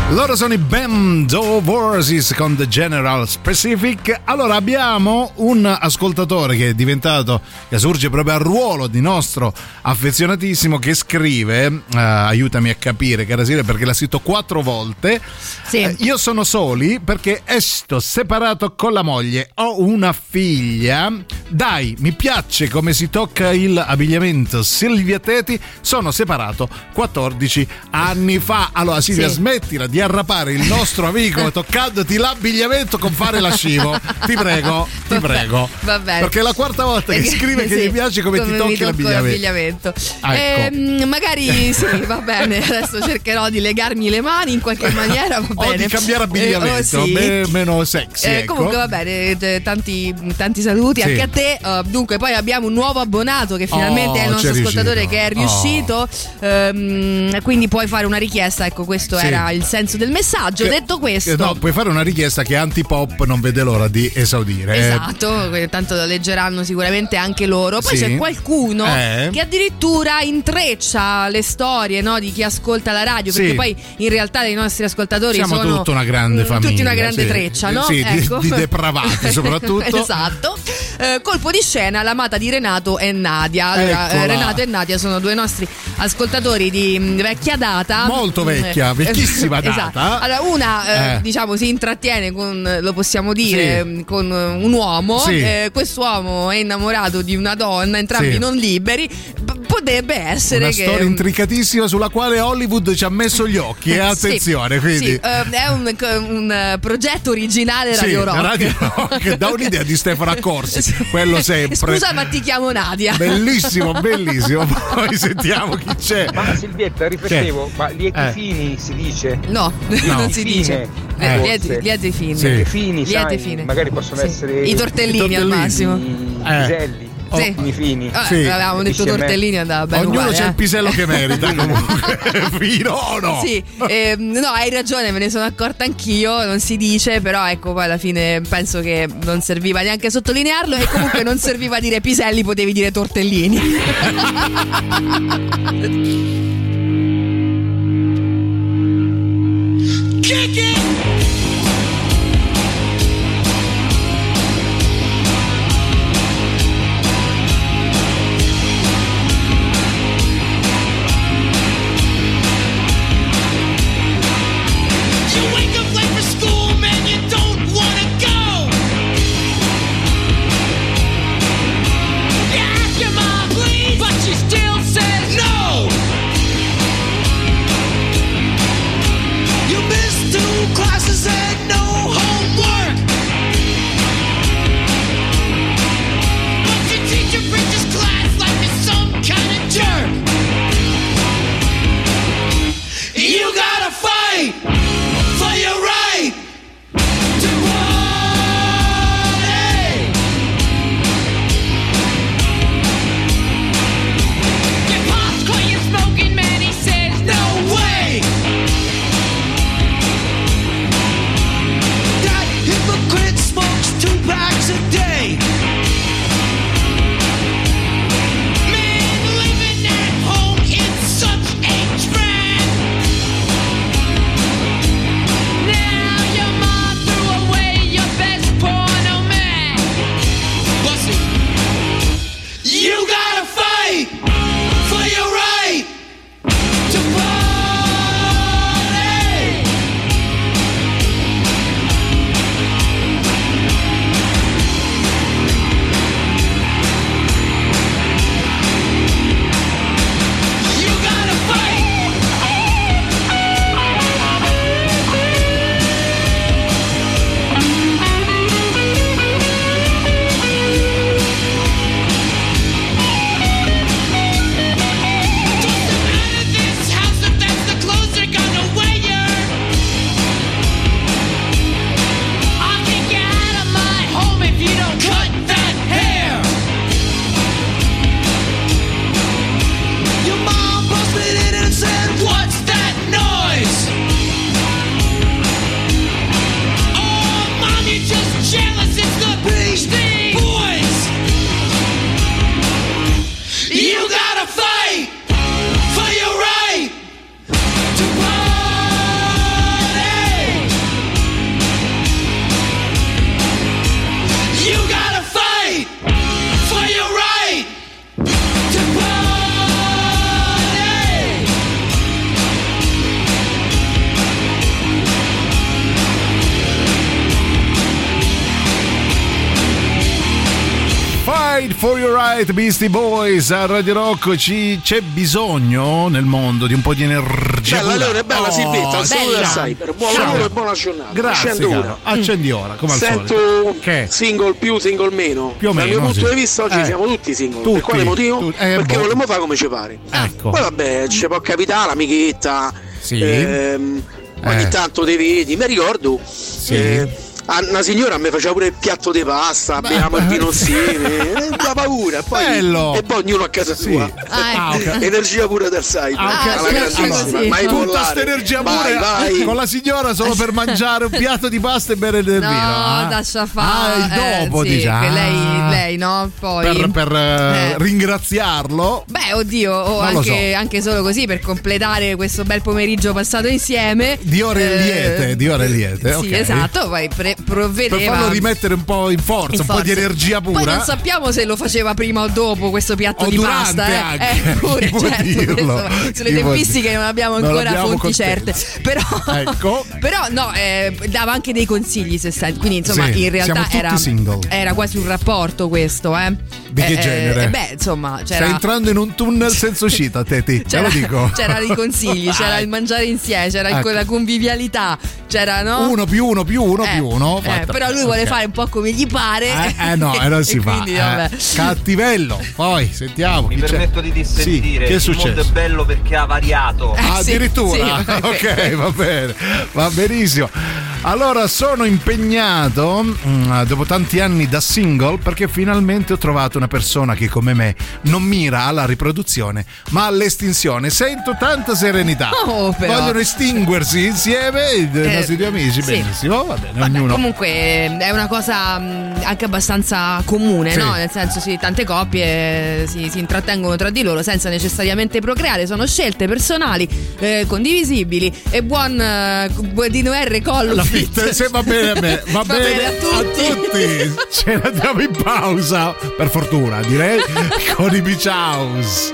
Loro sono i Band of Horses con The General Specific. Allora abbiamo un ascoltatore che è diventato, che surge proprio al ruolo di nostro affezionatissimo, che scrive, aiutami a capire cara Silvia, perché l'ha scritto 4 volte. Sì. Io sono soli perché sto separato con la moglie, ho una figlia, dai mi piace come si tocca il abbigliamento Silvia Teti, sono separato 14 anni fa. Allora Silvia, Sì. smettila di arrapare il nostro amico toccandoti l'abbigliamento con fare lascivo, ti prego. Va bene. Perché è la 4ª volta che scrive che Sì, gli piace come ti mi tocchi tocco l'abbigliamento. l'abbigliamento. Magari sì, va bene. Adesso cercherò di legarmi le mani in qualche maniera. Va O bene. di cambiare abbigliamento, Sì. meno sexy. Ecco. Comunque va bene, tanti saluti Sì. anche a te. Dunque poi abbiamo un nuovo abbonato che finalmente è il nostro c'è ascoltatore riuscito. che è riuscito. Quindi puoi fare una richiesta. Ecco, questo Sì. era il senso del messaggio. Detto questo, No, puoi fare una richiesta che Antipop non vede l'ora di esaudire. esatto, tanto lo leggeranno sicuramente anche loro. Poi Sì. c'è qualcuno che addirittura intreccia le storie, no, di chi ascolta la radio, perché Sì. poi in realtà i nostri ascoltatori Siamo sono tutta una grande famiglia, tutti una grande sì. treccia, no? Sì, Ecco. di depravati soprattutto. Esatto. Colpo di scena, l'amata di Renato e Nadia. Allora, Eccola. Renato e Nadia sono due nostri ascoltatori di vecchia data. Molto vecchia, vecchissima data. Esatto. Allora, una diciamo si intrattiene con, lo possiamo dire, Sì. con un uomo. Sì. Quest'uomo è innamorato di una donna, entrambi Sì. non liberi. Potrebbe essere Una che storia intricatissima sulla quale Hollywood ci ha messo gli occhi. Attenzione, sì, quindi. sì, è un progetto originale Sì, Radio Rock. Radio Rock dà un'idea di Stefano Accorsi, quello sempre. Scusa, ma ti chiamo Nadia. Bellissimo. Poi sentiamo chi c'è. Ma Silvietta, riflettevo, ma lieti fini si dice? No, non si dice. Lieti fini. Sì. Lieti fini, Lieti sai, fini. magari possono Sì. essere I tortellini al massimo. i piselli, Sì. i fini. Sì. Avevamo detto Capisci a me? tortellini, andava bene. Ognuno uguale, c'è il pisello che merita comunque. Fino o no? Sì, no, hai ragione, me ne sono accorta anch'io, non si dice, però ecco, poi alla fine penso che non serviva neanche sottolinearlo e comunque non serviva dire piselli, potevi dire tortellini. Kick it! You wake up late for school, man, you don't wanna go. You ask your mom, please, but she still says no. For Your Right, Beastie Boys a Radio Rock. C'è bisogno nel mondo di un po' di energia. Bella Leone, bella Silvetta, saluto da Cyber. Buon lavoro e buona giornata. Grazie, Accendo ora. Accendi ora, come al Sento solito. Che? Single più, single meno. Più o meno, dal mio punto sì. di vista oggi siamo tutti single. Tutti, per quale motivo? Perché boh. volevamo fare come ci pare. Ecco. Poi vabbè, ci può capitare l'amichetta. Sì. Ogni tanto te vedi, mi ricordo. Sì. Una signora mi faceva pure il piatto di pasta, abbiamo il vino insieme, la paura, poi bello. E poi ognuno a casa sua. Okay. Energia pure del site. Alla grandissima, allora, mai tutta mollare. sta energia vai, pure vai. con la signora solo per mangiare un piatto di pasta e bere del vino. No, lascia fare. Dopo sì, diciamo. che lei no, poi per ringraziarlo. Beh, oddio, o anche solo così per completare questo bel pomeriggio passato insieme. Di ore liete. Sì, Okay. esatto, poi provvedeva per farlo rimettere un po' in forza, un po' di energia pura. Poi non sappiamo se lo faceva prima o dopo questo piatto di pasta. Anche. Pure, certo, sulle tempistiche non abbiamo ancora fonti certe. Però, ecco. però no, dava anche dei consigli se senti. Quindi insomma in realtà era quasi un rapporto questo. Di che genere? Beh, insomma, c'era. Stai entrando in un tunnel senza uscita, Teti. Te lo dico. C'era i consigli, c'era il mangiare insieme, c'era la convivialità, c'era uno più uno. Però lui vuole fare un po' come gli pare. Non si fa. Quindi, vabbè. Cattivello. Poi sentiamo. Mi permetto di dissentire. Che è il successo? mondo è bello perché ha variato. Addirittura. Sì, ok, va bene. Va benissimo. Allora sono impegnato dopo tanti anni da single perché finalmente ho trovato una persona che come me non mira alla riproduzione ma all'estinzione. Sento tanta serenità. Vogliono estinguersi insieme i nostri due amici. Sì. Benissimo, va bene. Vabbè, ognuno. comunque è una cosa anche abbastanza comune, no? Nel senso tante coppie si intrattengono tra di loro senza necessariamente procreare, sono scelte personali, condivisibili e buon Dino R. Collo Fit. Se va bene a me, va bene a tutti. Ce la diamo in pausa, per fortuna direi, con i Beach House.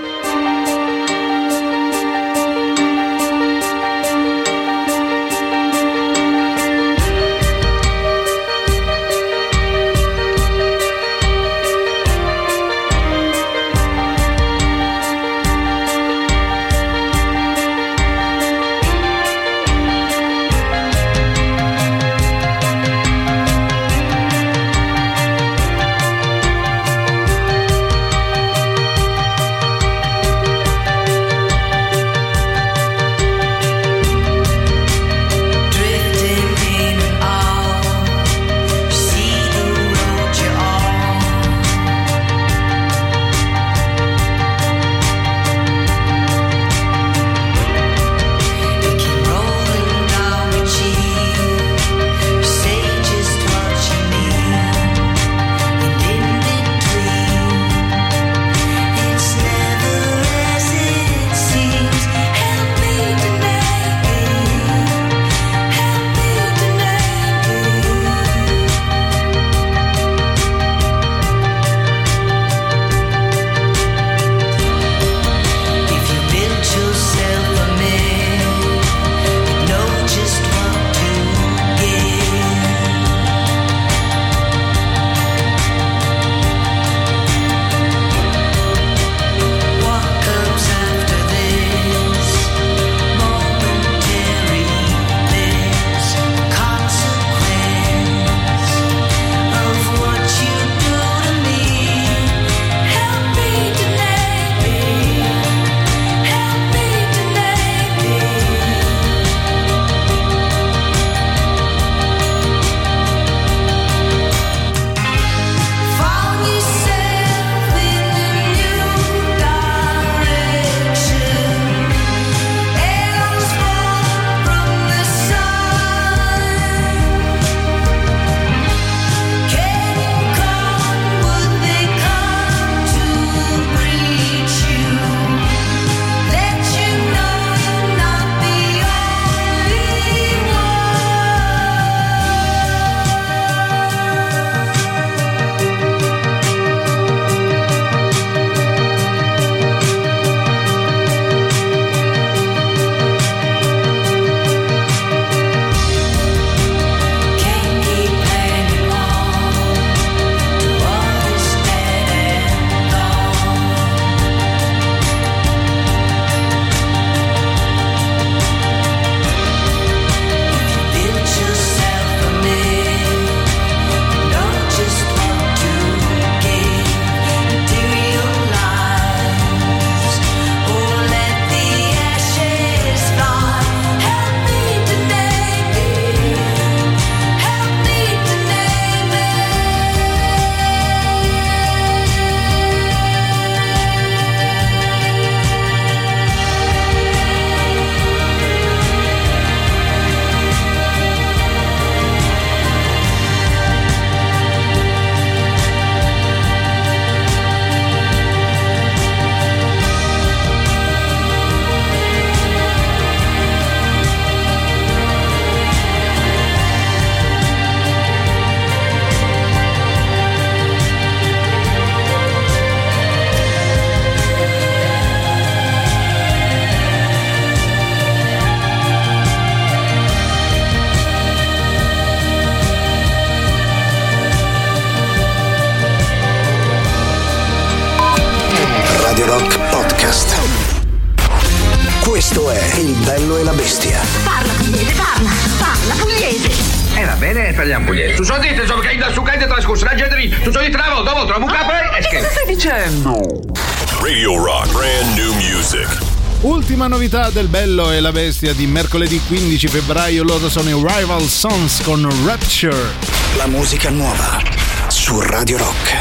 Radio Rock Podcast. Questo è Il bello e la bestia. Parla pugliese, parla pugliese. Va bene, parliamo pugliese. Tu so dite, insomma, che su che trascorso la gente lì. Tu so dite una volta, un capo e che stai dicendo? Radio Rock, brand new music. Ultima novità del bello e la bestia di mercoledì 15 febbraio, loro sono i Rival Sons con Rapture. La musica nuova su Radio Rock.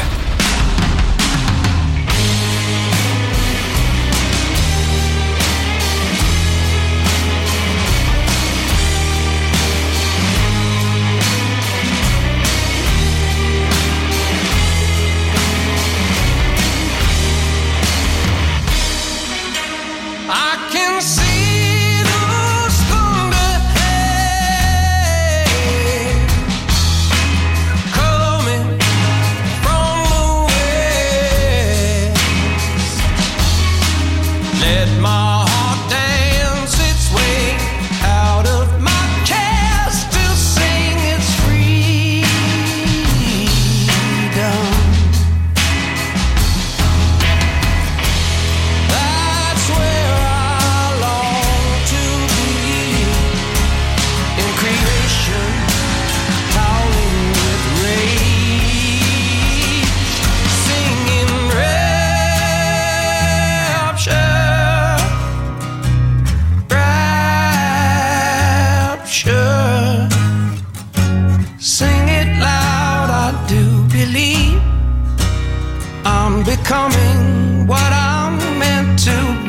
Becoming what I'm meant to be.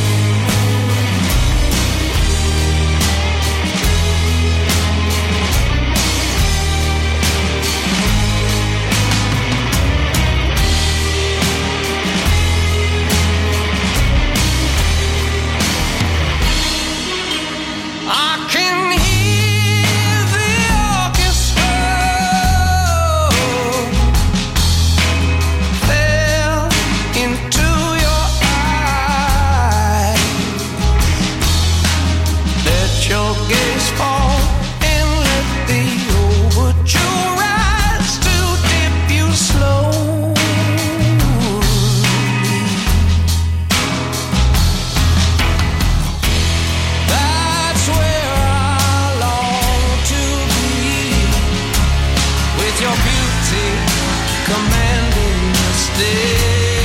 I can hear the orchestra into your eyes. Let your gaze fall and let the overture rise to dip you slowly. That's where I long to be, with your beauty commanding the stage.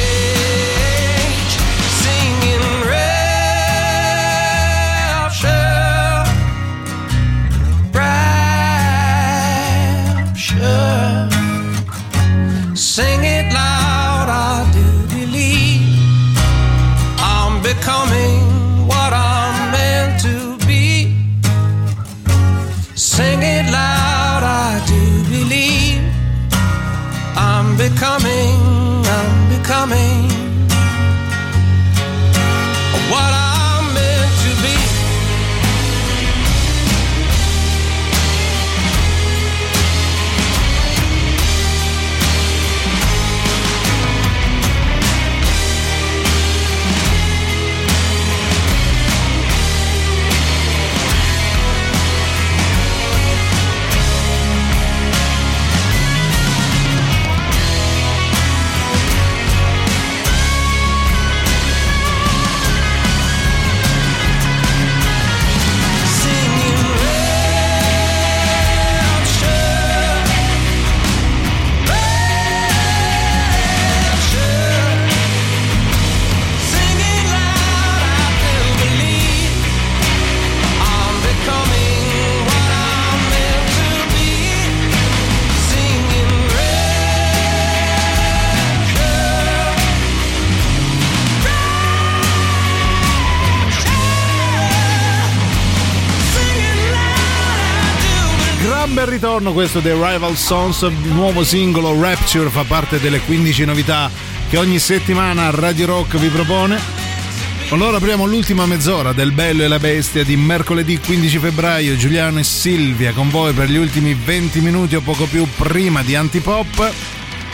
Sing it loud, I do believe I'm becoming what I'm meant to be. Sing it loud, I do believe I'm becoming what I'm meant to be. Bel ritorno questo dei Rival Sons, nuovo singolo Rapture, fa parte delle 15 novità che ogni settimana Radio Rock vi propone. Allora apriamo l'ultima mezz'ora del bello e la bestia di mercoledì 15 febbraio. Giuliano e Silvia con voi per gli ultimi 20 minuti o poco più prima di Antipop.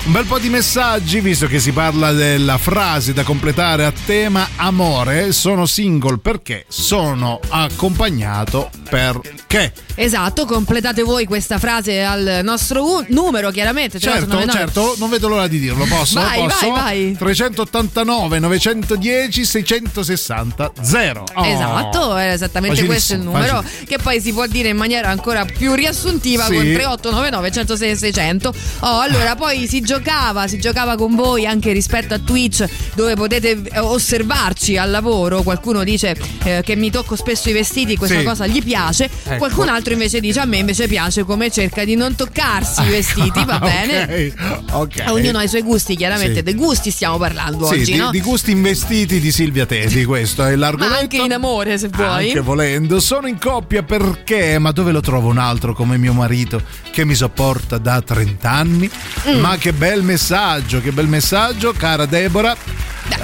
Un bel po' di messaggi, visto che si parla della frase da completare a tema amore. Sono single perché sono accompagnato perché. Esatto, completate voi questa frase al nostro numero, chiaramente. Certo, non vedo l'ora di dirlo. Posso? Vai. 389 910 660 0. Esatto, esattamente questo è il numero, che poi si può dire in maniera ancora più riassuntiva con 3899 106 600. Allora, poi si giocava con voi anche rispetto a Twitch, dove potete osservarci al lavoro. Qualcuno dice che mi tocco spesso i vestiti, questa cosa gli piace. Ecco. Qualcun altro invece dice a me invece piace come cerca di non toccarsi i vestiti. Va bene, ok. Ognuno ha i suoi gusti, chiaramente dei gusti stiamo parlando oggi, no? Di gusti investiti di Silvia Teti, questo è l'argomento. Ma anche in amore, se vuoi. Anche volendo. Sono in coppia perché, ma dove lo trovo un altro come mio marito che mi sopporta da 30 anni? Ma che bel messaggio, cara Deborah.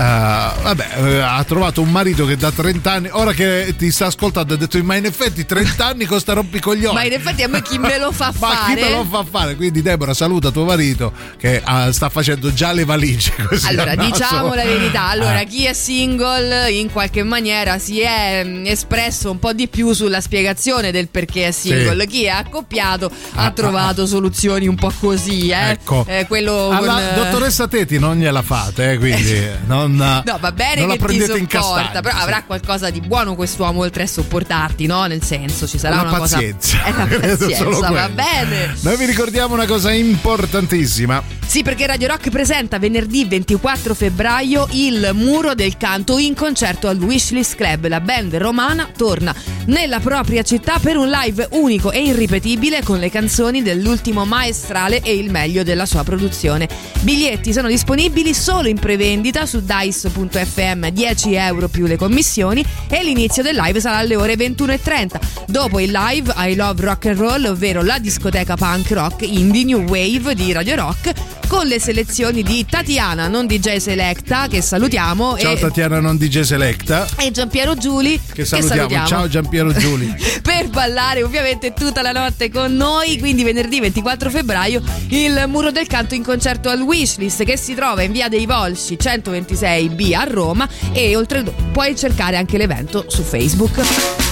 Ha trovato un marito che da 30 anni, ora che ti sta ascoltando, ha detto: ma in effetti 30 anni costa rompicoglioni. Ma in effetti a me chi me lo fa fare? Ma chi me lo fa fare? Quindi Deborah, saluta tuo marito che sta facendo già le valigie così. Allora, diciamo la verità. Allora, chi è single in qualche maniera si è espresso un po' di più sulla spiegazione del perché è single. Chi è accoppiato ha trovato soluzioni un po' così, Ecco. Quello alla dottoressa Teti non gliela fate, quindi no, va bene non che la ti sopporta, però avrà qualcosa di buono quest'uomo oltre a sopportarti, no? Nel senso, ci sarà una pazienza. Cosa. È la pazienza, va bene. Noi vi ricordiamo una cosa importantissima. Sì, perché Radio Rock presenta venerdì 24 febbraio il Muro del Canto in concerto al Wishlist Club. La band romana torna nella propria città per un live unico e irripetibile con le canzoni dell'ultimo maestrale e il meglio della sua produzione. Biglietti sono disponibili solo in prevendita su dice.fm, 10 euro più le commissioni, e l'inizio del live sarà alle ore 21:30. Dopo il live I Love Rock and Roll, ovvero la discoteca punk rock indie new wave di Radio Rock, con le selezioni di Tatiana non DJ Selecta, che salutiamo. Ciao Tatiana non DJ Selecta. E Giampiero Giuli, che salutiamo. Ciao Giampiero Giuli. Per ballare ovviamente tutta la notte con noi. Quindi venerdì 24 febbraio il Muro del Canto in concerto al Wishlist, che si trova in via dei Volsci 126B a Roma, e oltretutto puoi cercare anche l'evento su Facebook.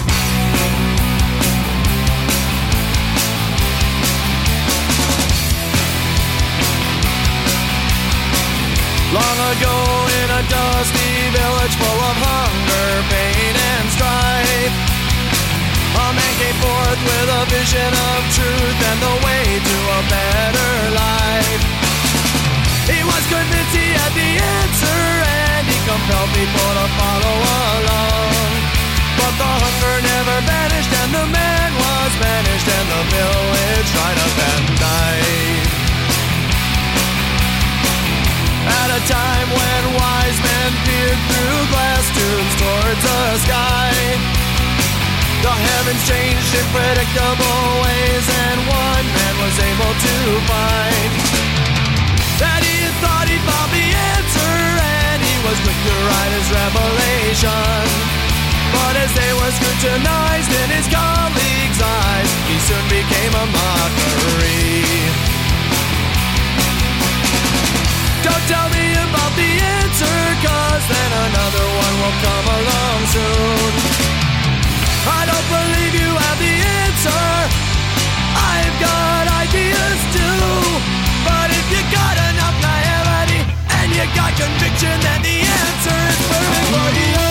Long ago in a dusty village full of hunger, pain and strife, a man came forth with a vision of truth and the way to a better life. He was convinced he had the answer and he compelled people to follow along. But the hunger never vanished and the man was banished and the village dried up and died. At a time when wise men peered through glass tubes towards the sky, the heavens changed in predictable ways, and one man was able to find that he had thought he found the answer, and he was quick to write his revelation. But as they were scrutinized in his colleagues' eyes, he soon became a mockery. Don't tell me about the answer, 'cause then another one will come along soon. I don't believe you have the answer, I've got ideas too. But if you got enough naivety and you got conviction, then the answer is perfect for you.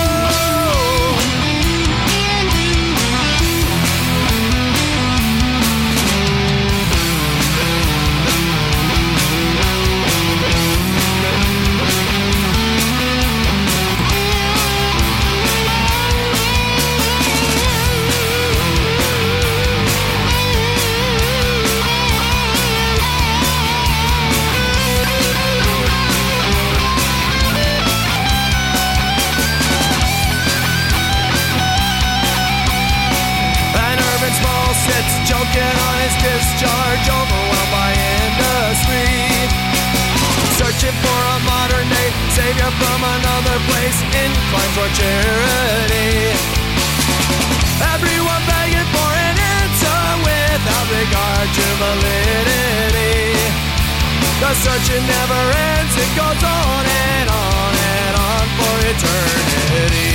Sits choking on his discharge, overwhelmed by industry, searching for a modern day savior from another place, inclined for charity. Everyone begging for an answer without regard to validity. The searching never ends. It goes on and on and on for eternity.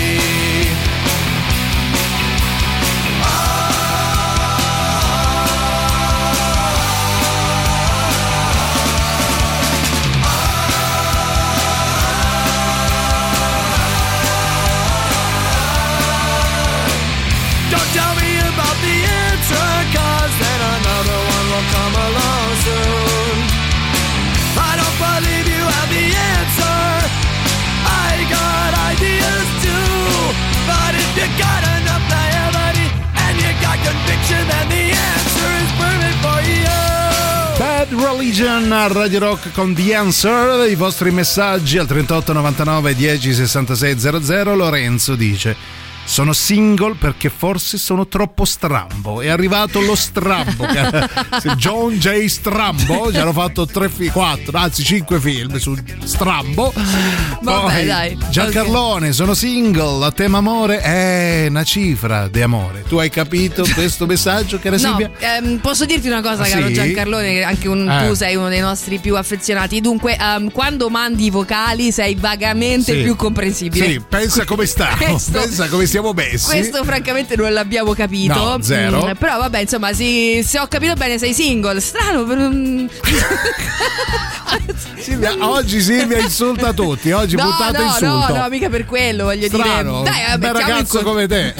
Don't tell me about the answer, 'cause then another one will come along soon. I don't believe you have the answer. I got ideas too. But if you got enough naivety and you got conviction, then the answer is perfect for you. Bad Religion a Radio Rock con The Answer. I vostri messaggi al 38 99 10 66 00. Lorenzo dice: sono single perché forse sono troppo strambo. È arrivato lo strambo. John J. Strambo. Ci hanno fatto 5 film su Strambo. Vabbè, poi dai. Giancarlone, sono single. A tema amore è una cifra di amore. Tu hai capito questo messaggio, cara Silvia? No, posso dirti una cosa, caro sì? Giancarlone, che anche tu sei uno dei nostri più affezionati. Dunque, quando mandi i vocali sei vagamente più comprensibile. Sì, pensa come stiamo. Pensa come stiamo messi. Questo francamente non l'abbiamo capito. No, zero. Però vabbè, insomma, se ho capito bene sei single. Strano per Silvia, oggi Silvia insulta tutti. Oggi puntata insulto. No, mica per quello, voglio Strano, dire. Dai, un bel ragazzo come te.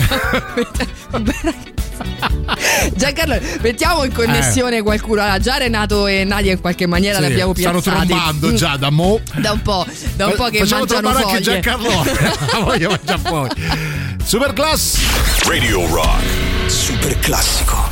Giancarlo, mettiamo in connessione qualcuno. Allora, già Renato e Nadia in qualche maniera l'abbiamo piazzati. Stanno trombando già da un po' che facciamo mangiano foglie. Anche Giancarlo. La voglia mangia fuori. Super Class Radio Rock Super classico.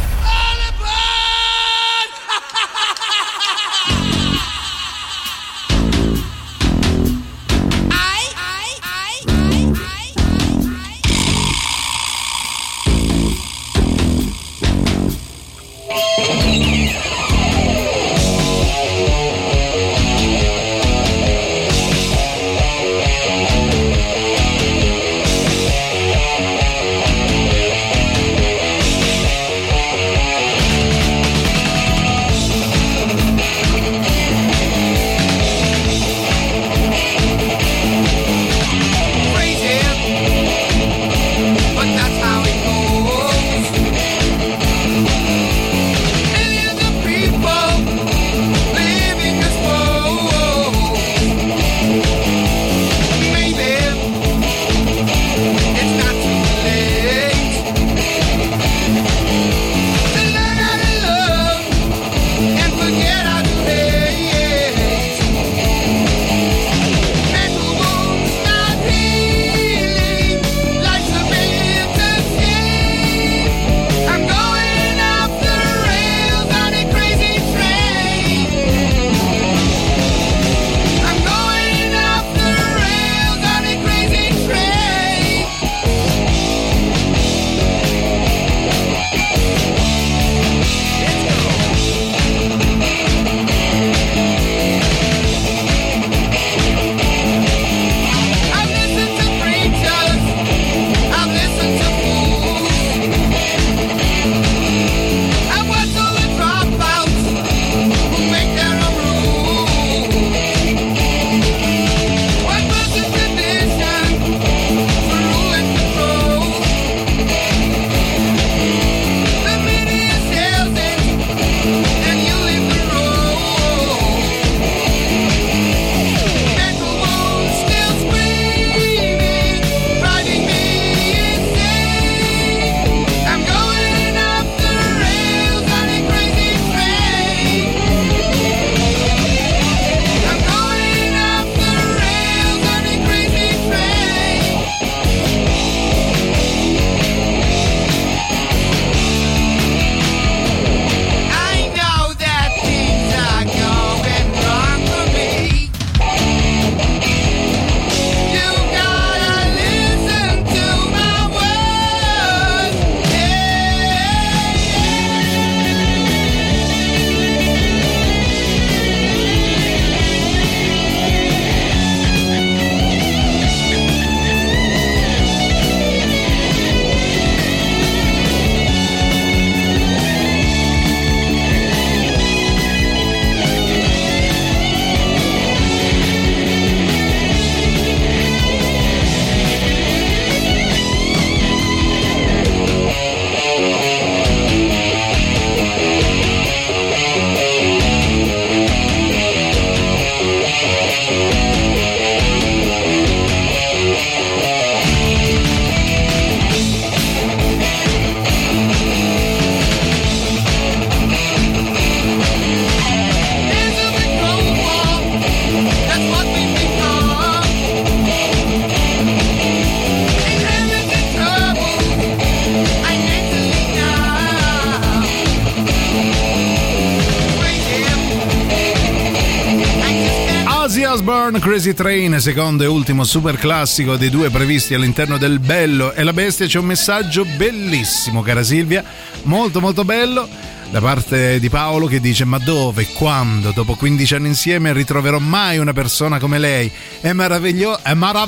Osbourne, Crazy Train, secondo e ultimo super classico dei due previsti all'interno del Bello e la Bestia. C'è un messaggio bellissimo, cara Silvia, molto molto bello, da parte di Paolo che dice: ma dove, quando, dopo 15 anni insieme ritroverò mai una persona come lei? È meraviglioso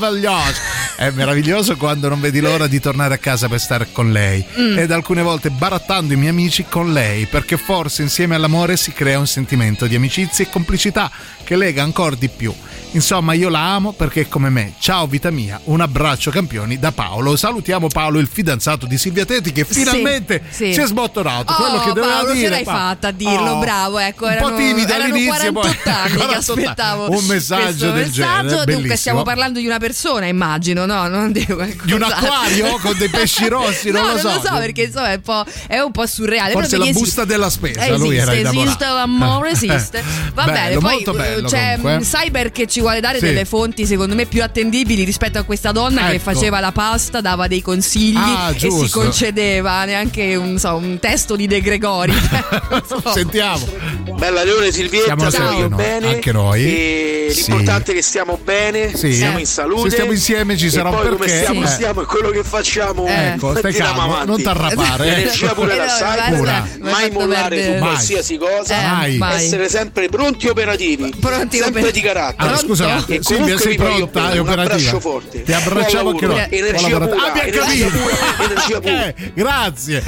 quando non vedi l'ora di tornare a casa per stare con lei ed alcune volte barattando i miei amici con lei, perché forse insieme all'amore si crea un sentimento di amicizia e complicità che lega ancora di più. Insomma, io la amo perché è come me. Ciao vita mia, un abbraccio campioni da Paolo. Salutiamo Paolo, il fidanzato di Silvia Teti, che finalmente si è sbottonato quello che doveva Paolo, dire. ce l'hai fatta a dirlo, bravo, ecco, un po' timido all'inizio, 48 anni che aspettavo un messaggio del genere. Dunque bellissimo. stiamo parlando di una persona, immagino, no? Non di un acquario con dei pesci rossi, non lo so. Non lo so, perché insomma è un po' surreale. Forse la busta della spesa, lui era innamorato. Esiste l'amore, esiste. Va bene, poi c'è Cyber che ci vuole dare delle fonti secondo me più attendibili rispetto a questa donna che faceva la pasta, dava dei consigli e si concedeva neanche un testo di De Gregori. Sentiamo. Bella Leone, Silvietta, stiamo bene, anche noi, e l'importante è che stiamo bene, siamo in salute. Se stiamo insieme ci sarà un perché. Come stiamo e quello che facciamo, stai calmo, non t'arrapare. L'energia pure la sai, mai mollare su qualsiasi cosa, essere sempre pronti operativi, sempre di carattere. Allora, scusa, e Silvia, sei pronta e operativa? Un abbraccio forte. Ti abbracciamo anche noi. Energia pura, energia pura. Grazie.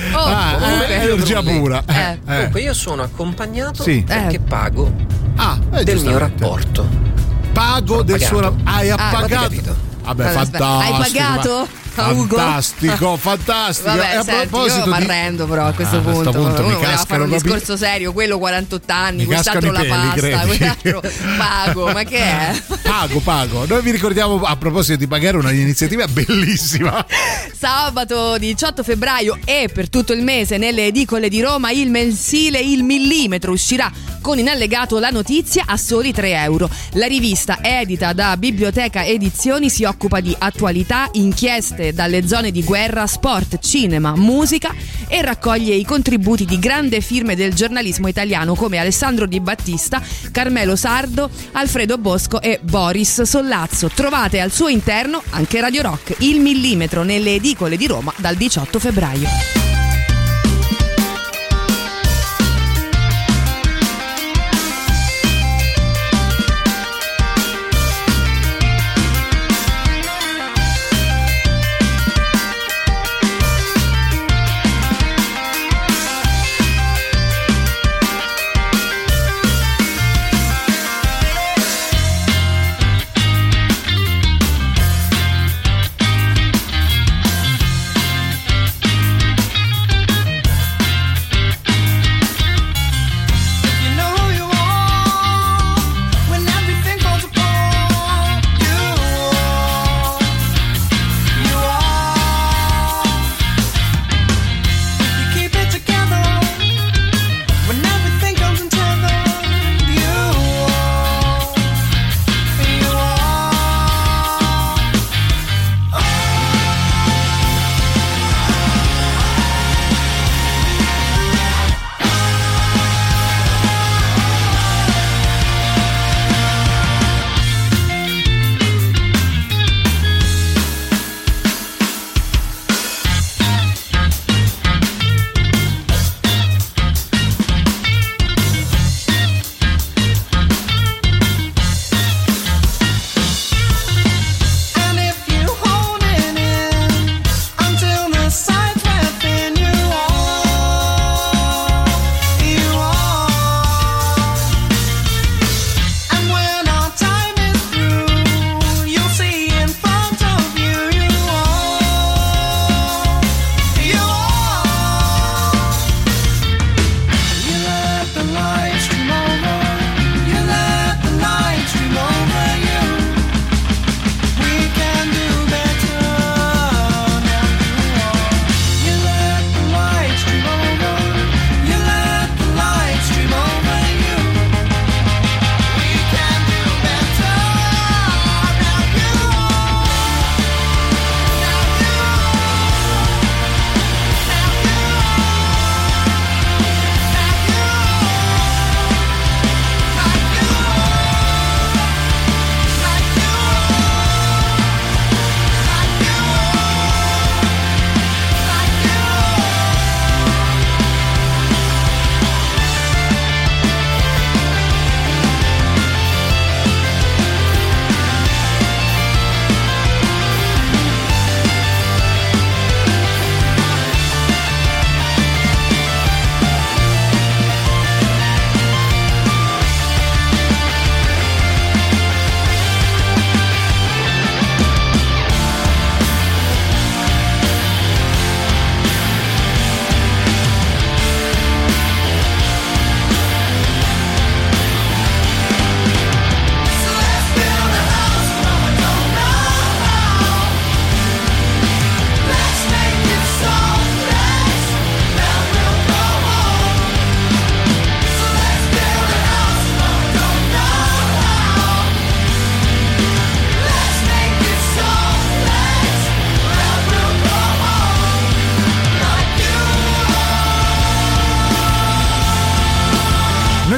Energia pura. Comunque io sono accompagnato perché pago del mio rapporto. Pago del suo. Hai appagato. Vabbè, fantastico. Hai pagato? Fantastico. Vabbè, e a proposito io mi arrendo però a questo punto mi cascano un discorso serio, quello 48 anni, quest'altro la pasta, quest'altro pago, ma che è? Pago. Noi vi ricordiamo, a proposito di pagare, un'iniziativa bellissima. Sabato 18 febbraio e per tutto il mese nelle edicole di Roma il mensile Il Millimetro uscirà con in allegato la notizia a soli €3. La rivista, edita da Biblioteca Edizioni, si occupa di attualità, inchieste dalle zone di guerra, sport, cinema, musica e raccoglie i contributi di grandi firme del giornalismo italiano come Alessandro Di Battista, Carmelo Sardo, Alfredo Bosco e Boris Sollazzo. Trovate al suo interno anche Radio Rock, Il Millimetro, nelle edicole di Roma dal 18 febbraio.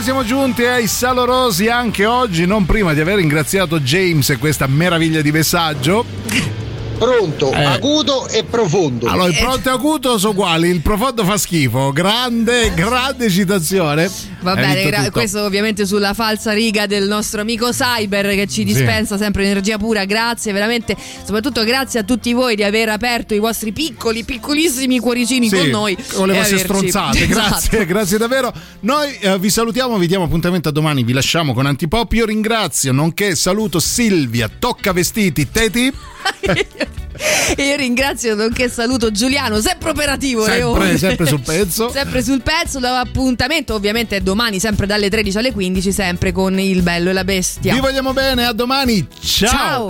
siamo giunti ai Salorosi anche oggi, non prima di aver ringraziato James e questa meraviglia di messaggio. Pronto, acuto e profondo. Allora, il pronto e acuto sono uguali, il profondo fa schifo. Grande citazione. Va bene, questo ovviamente sulla falsa riga del nostro amico Cyber che ci dispensa sempre energia pura. Grazie, veramente, soprattutto grazie a tutti voi di aver aperto i vostri piccolissimi cuoricini con noi. Con le vostre stronzate. Grazie, grazie davvero. Noi vi salutiamo, vi diamo appuntamento a domani, vi lasciamo con Antipop. Io ringrazio, nonché saluto Silvia Toccavestiti Teti. E io ringrazio, nonché saluto Giuliano, sempre operativo, sempre sul pezzo. Sempre sul pezzo. L'appuntamento ovviamente è domani, sempre dalle 13 alle 15, sempre con Il Bello e la Bestia. Vi vogliamo bene, a domani. Ciao.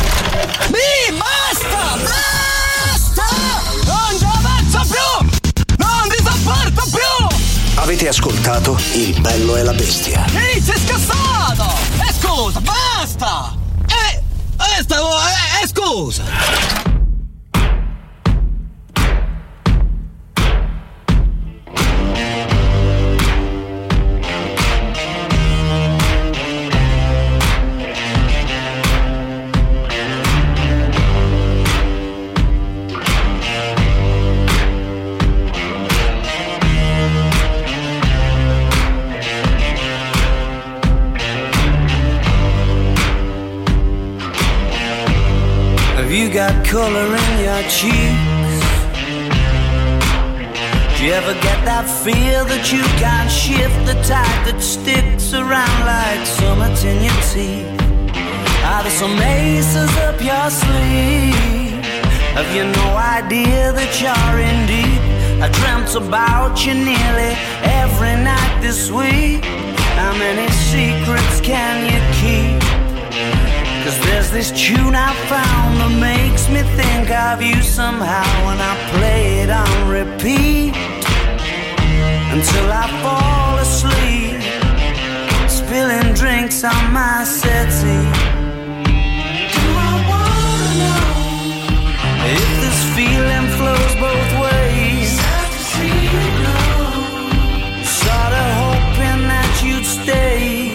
Basta! Non ci avanzo più! Non ti sopporto più! Avete ascoltato Il Bello e la Bestia? Ehi, sei scassato! Scusa, basta! Scusa! You got color in your cheeks. Do you ever get that feel that you can't shift, the tide that sticks around like summits in your teeth? Are there some aces up your sleeve? Have you no idea that you're in deep? I dreamt about you nearly every night this week. How many secrets can you keep? 'Cause there's this tune I found that makes me think of you somehow, and I play it on repeat until I fall asleep, spilling drinks on my settee. Do I wanna know if this feeling flows both ways? Sad to see you go. Sorta hoping that you'd stay.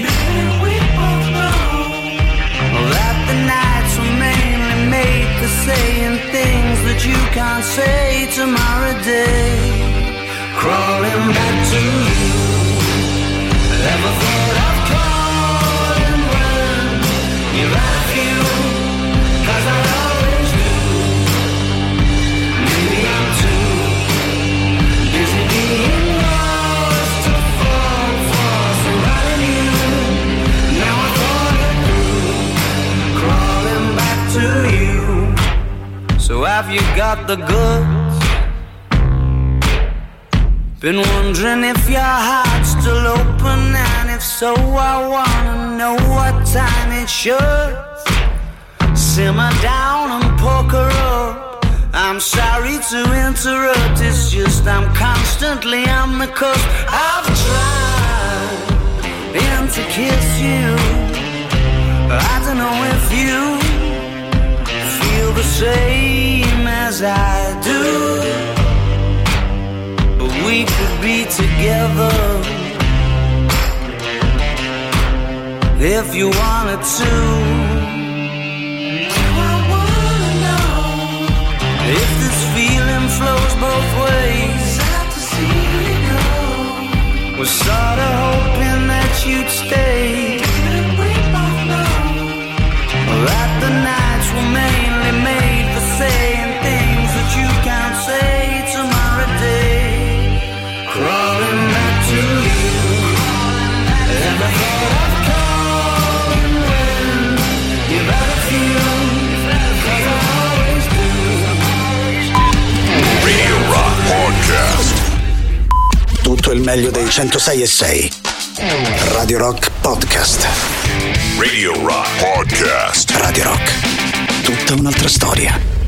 That the nights were mainly made for saying things that you can't say tomorrow day. Crawling back to you. Ever thought of calling when you're at you? 'Cause I always do. Maybe I'm too busy being lost to fall for somebody new. Now I thought it through. Crawling back to you. So have you got the goods? Been wondering if your heart's still open, and if so, I wanna know what time it should. Simmer down and poker up. I'm sorry to interrupt, it's just I'm constantly on the cusp. I've tried and to kiss you. I don't know if you feel the same as I do. We could be together if you wanted to. I wanna know if this feeling flows both ways. Sad to see you go. Was sorta hoping that you'd stay. We both know that the nights were mainly made for saying things that you can't say tomorrow day. Crawling back to you. Ever thought of calling when you've had a few? 'Cause I always do. Radio Rock Podcast. Tutto il meglio dei 106.6. Radio Rock Podcast. Radio Rock Podcast. Radio Rock. Tutta un'altra storia.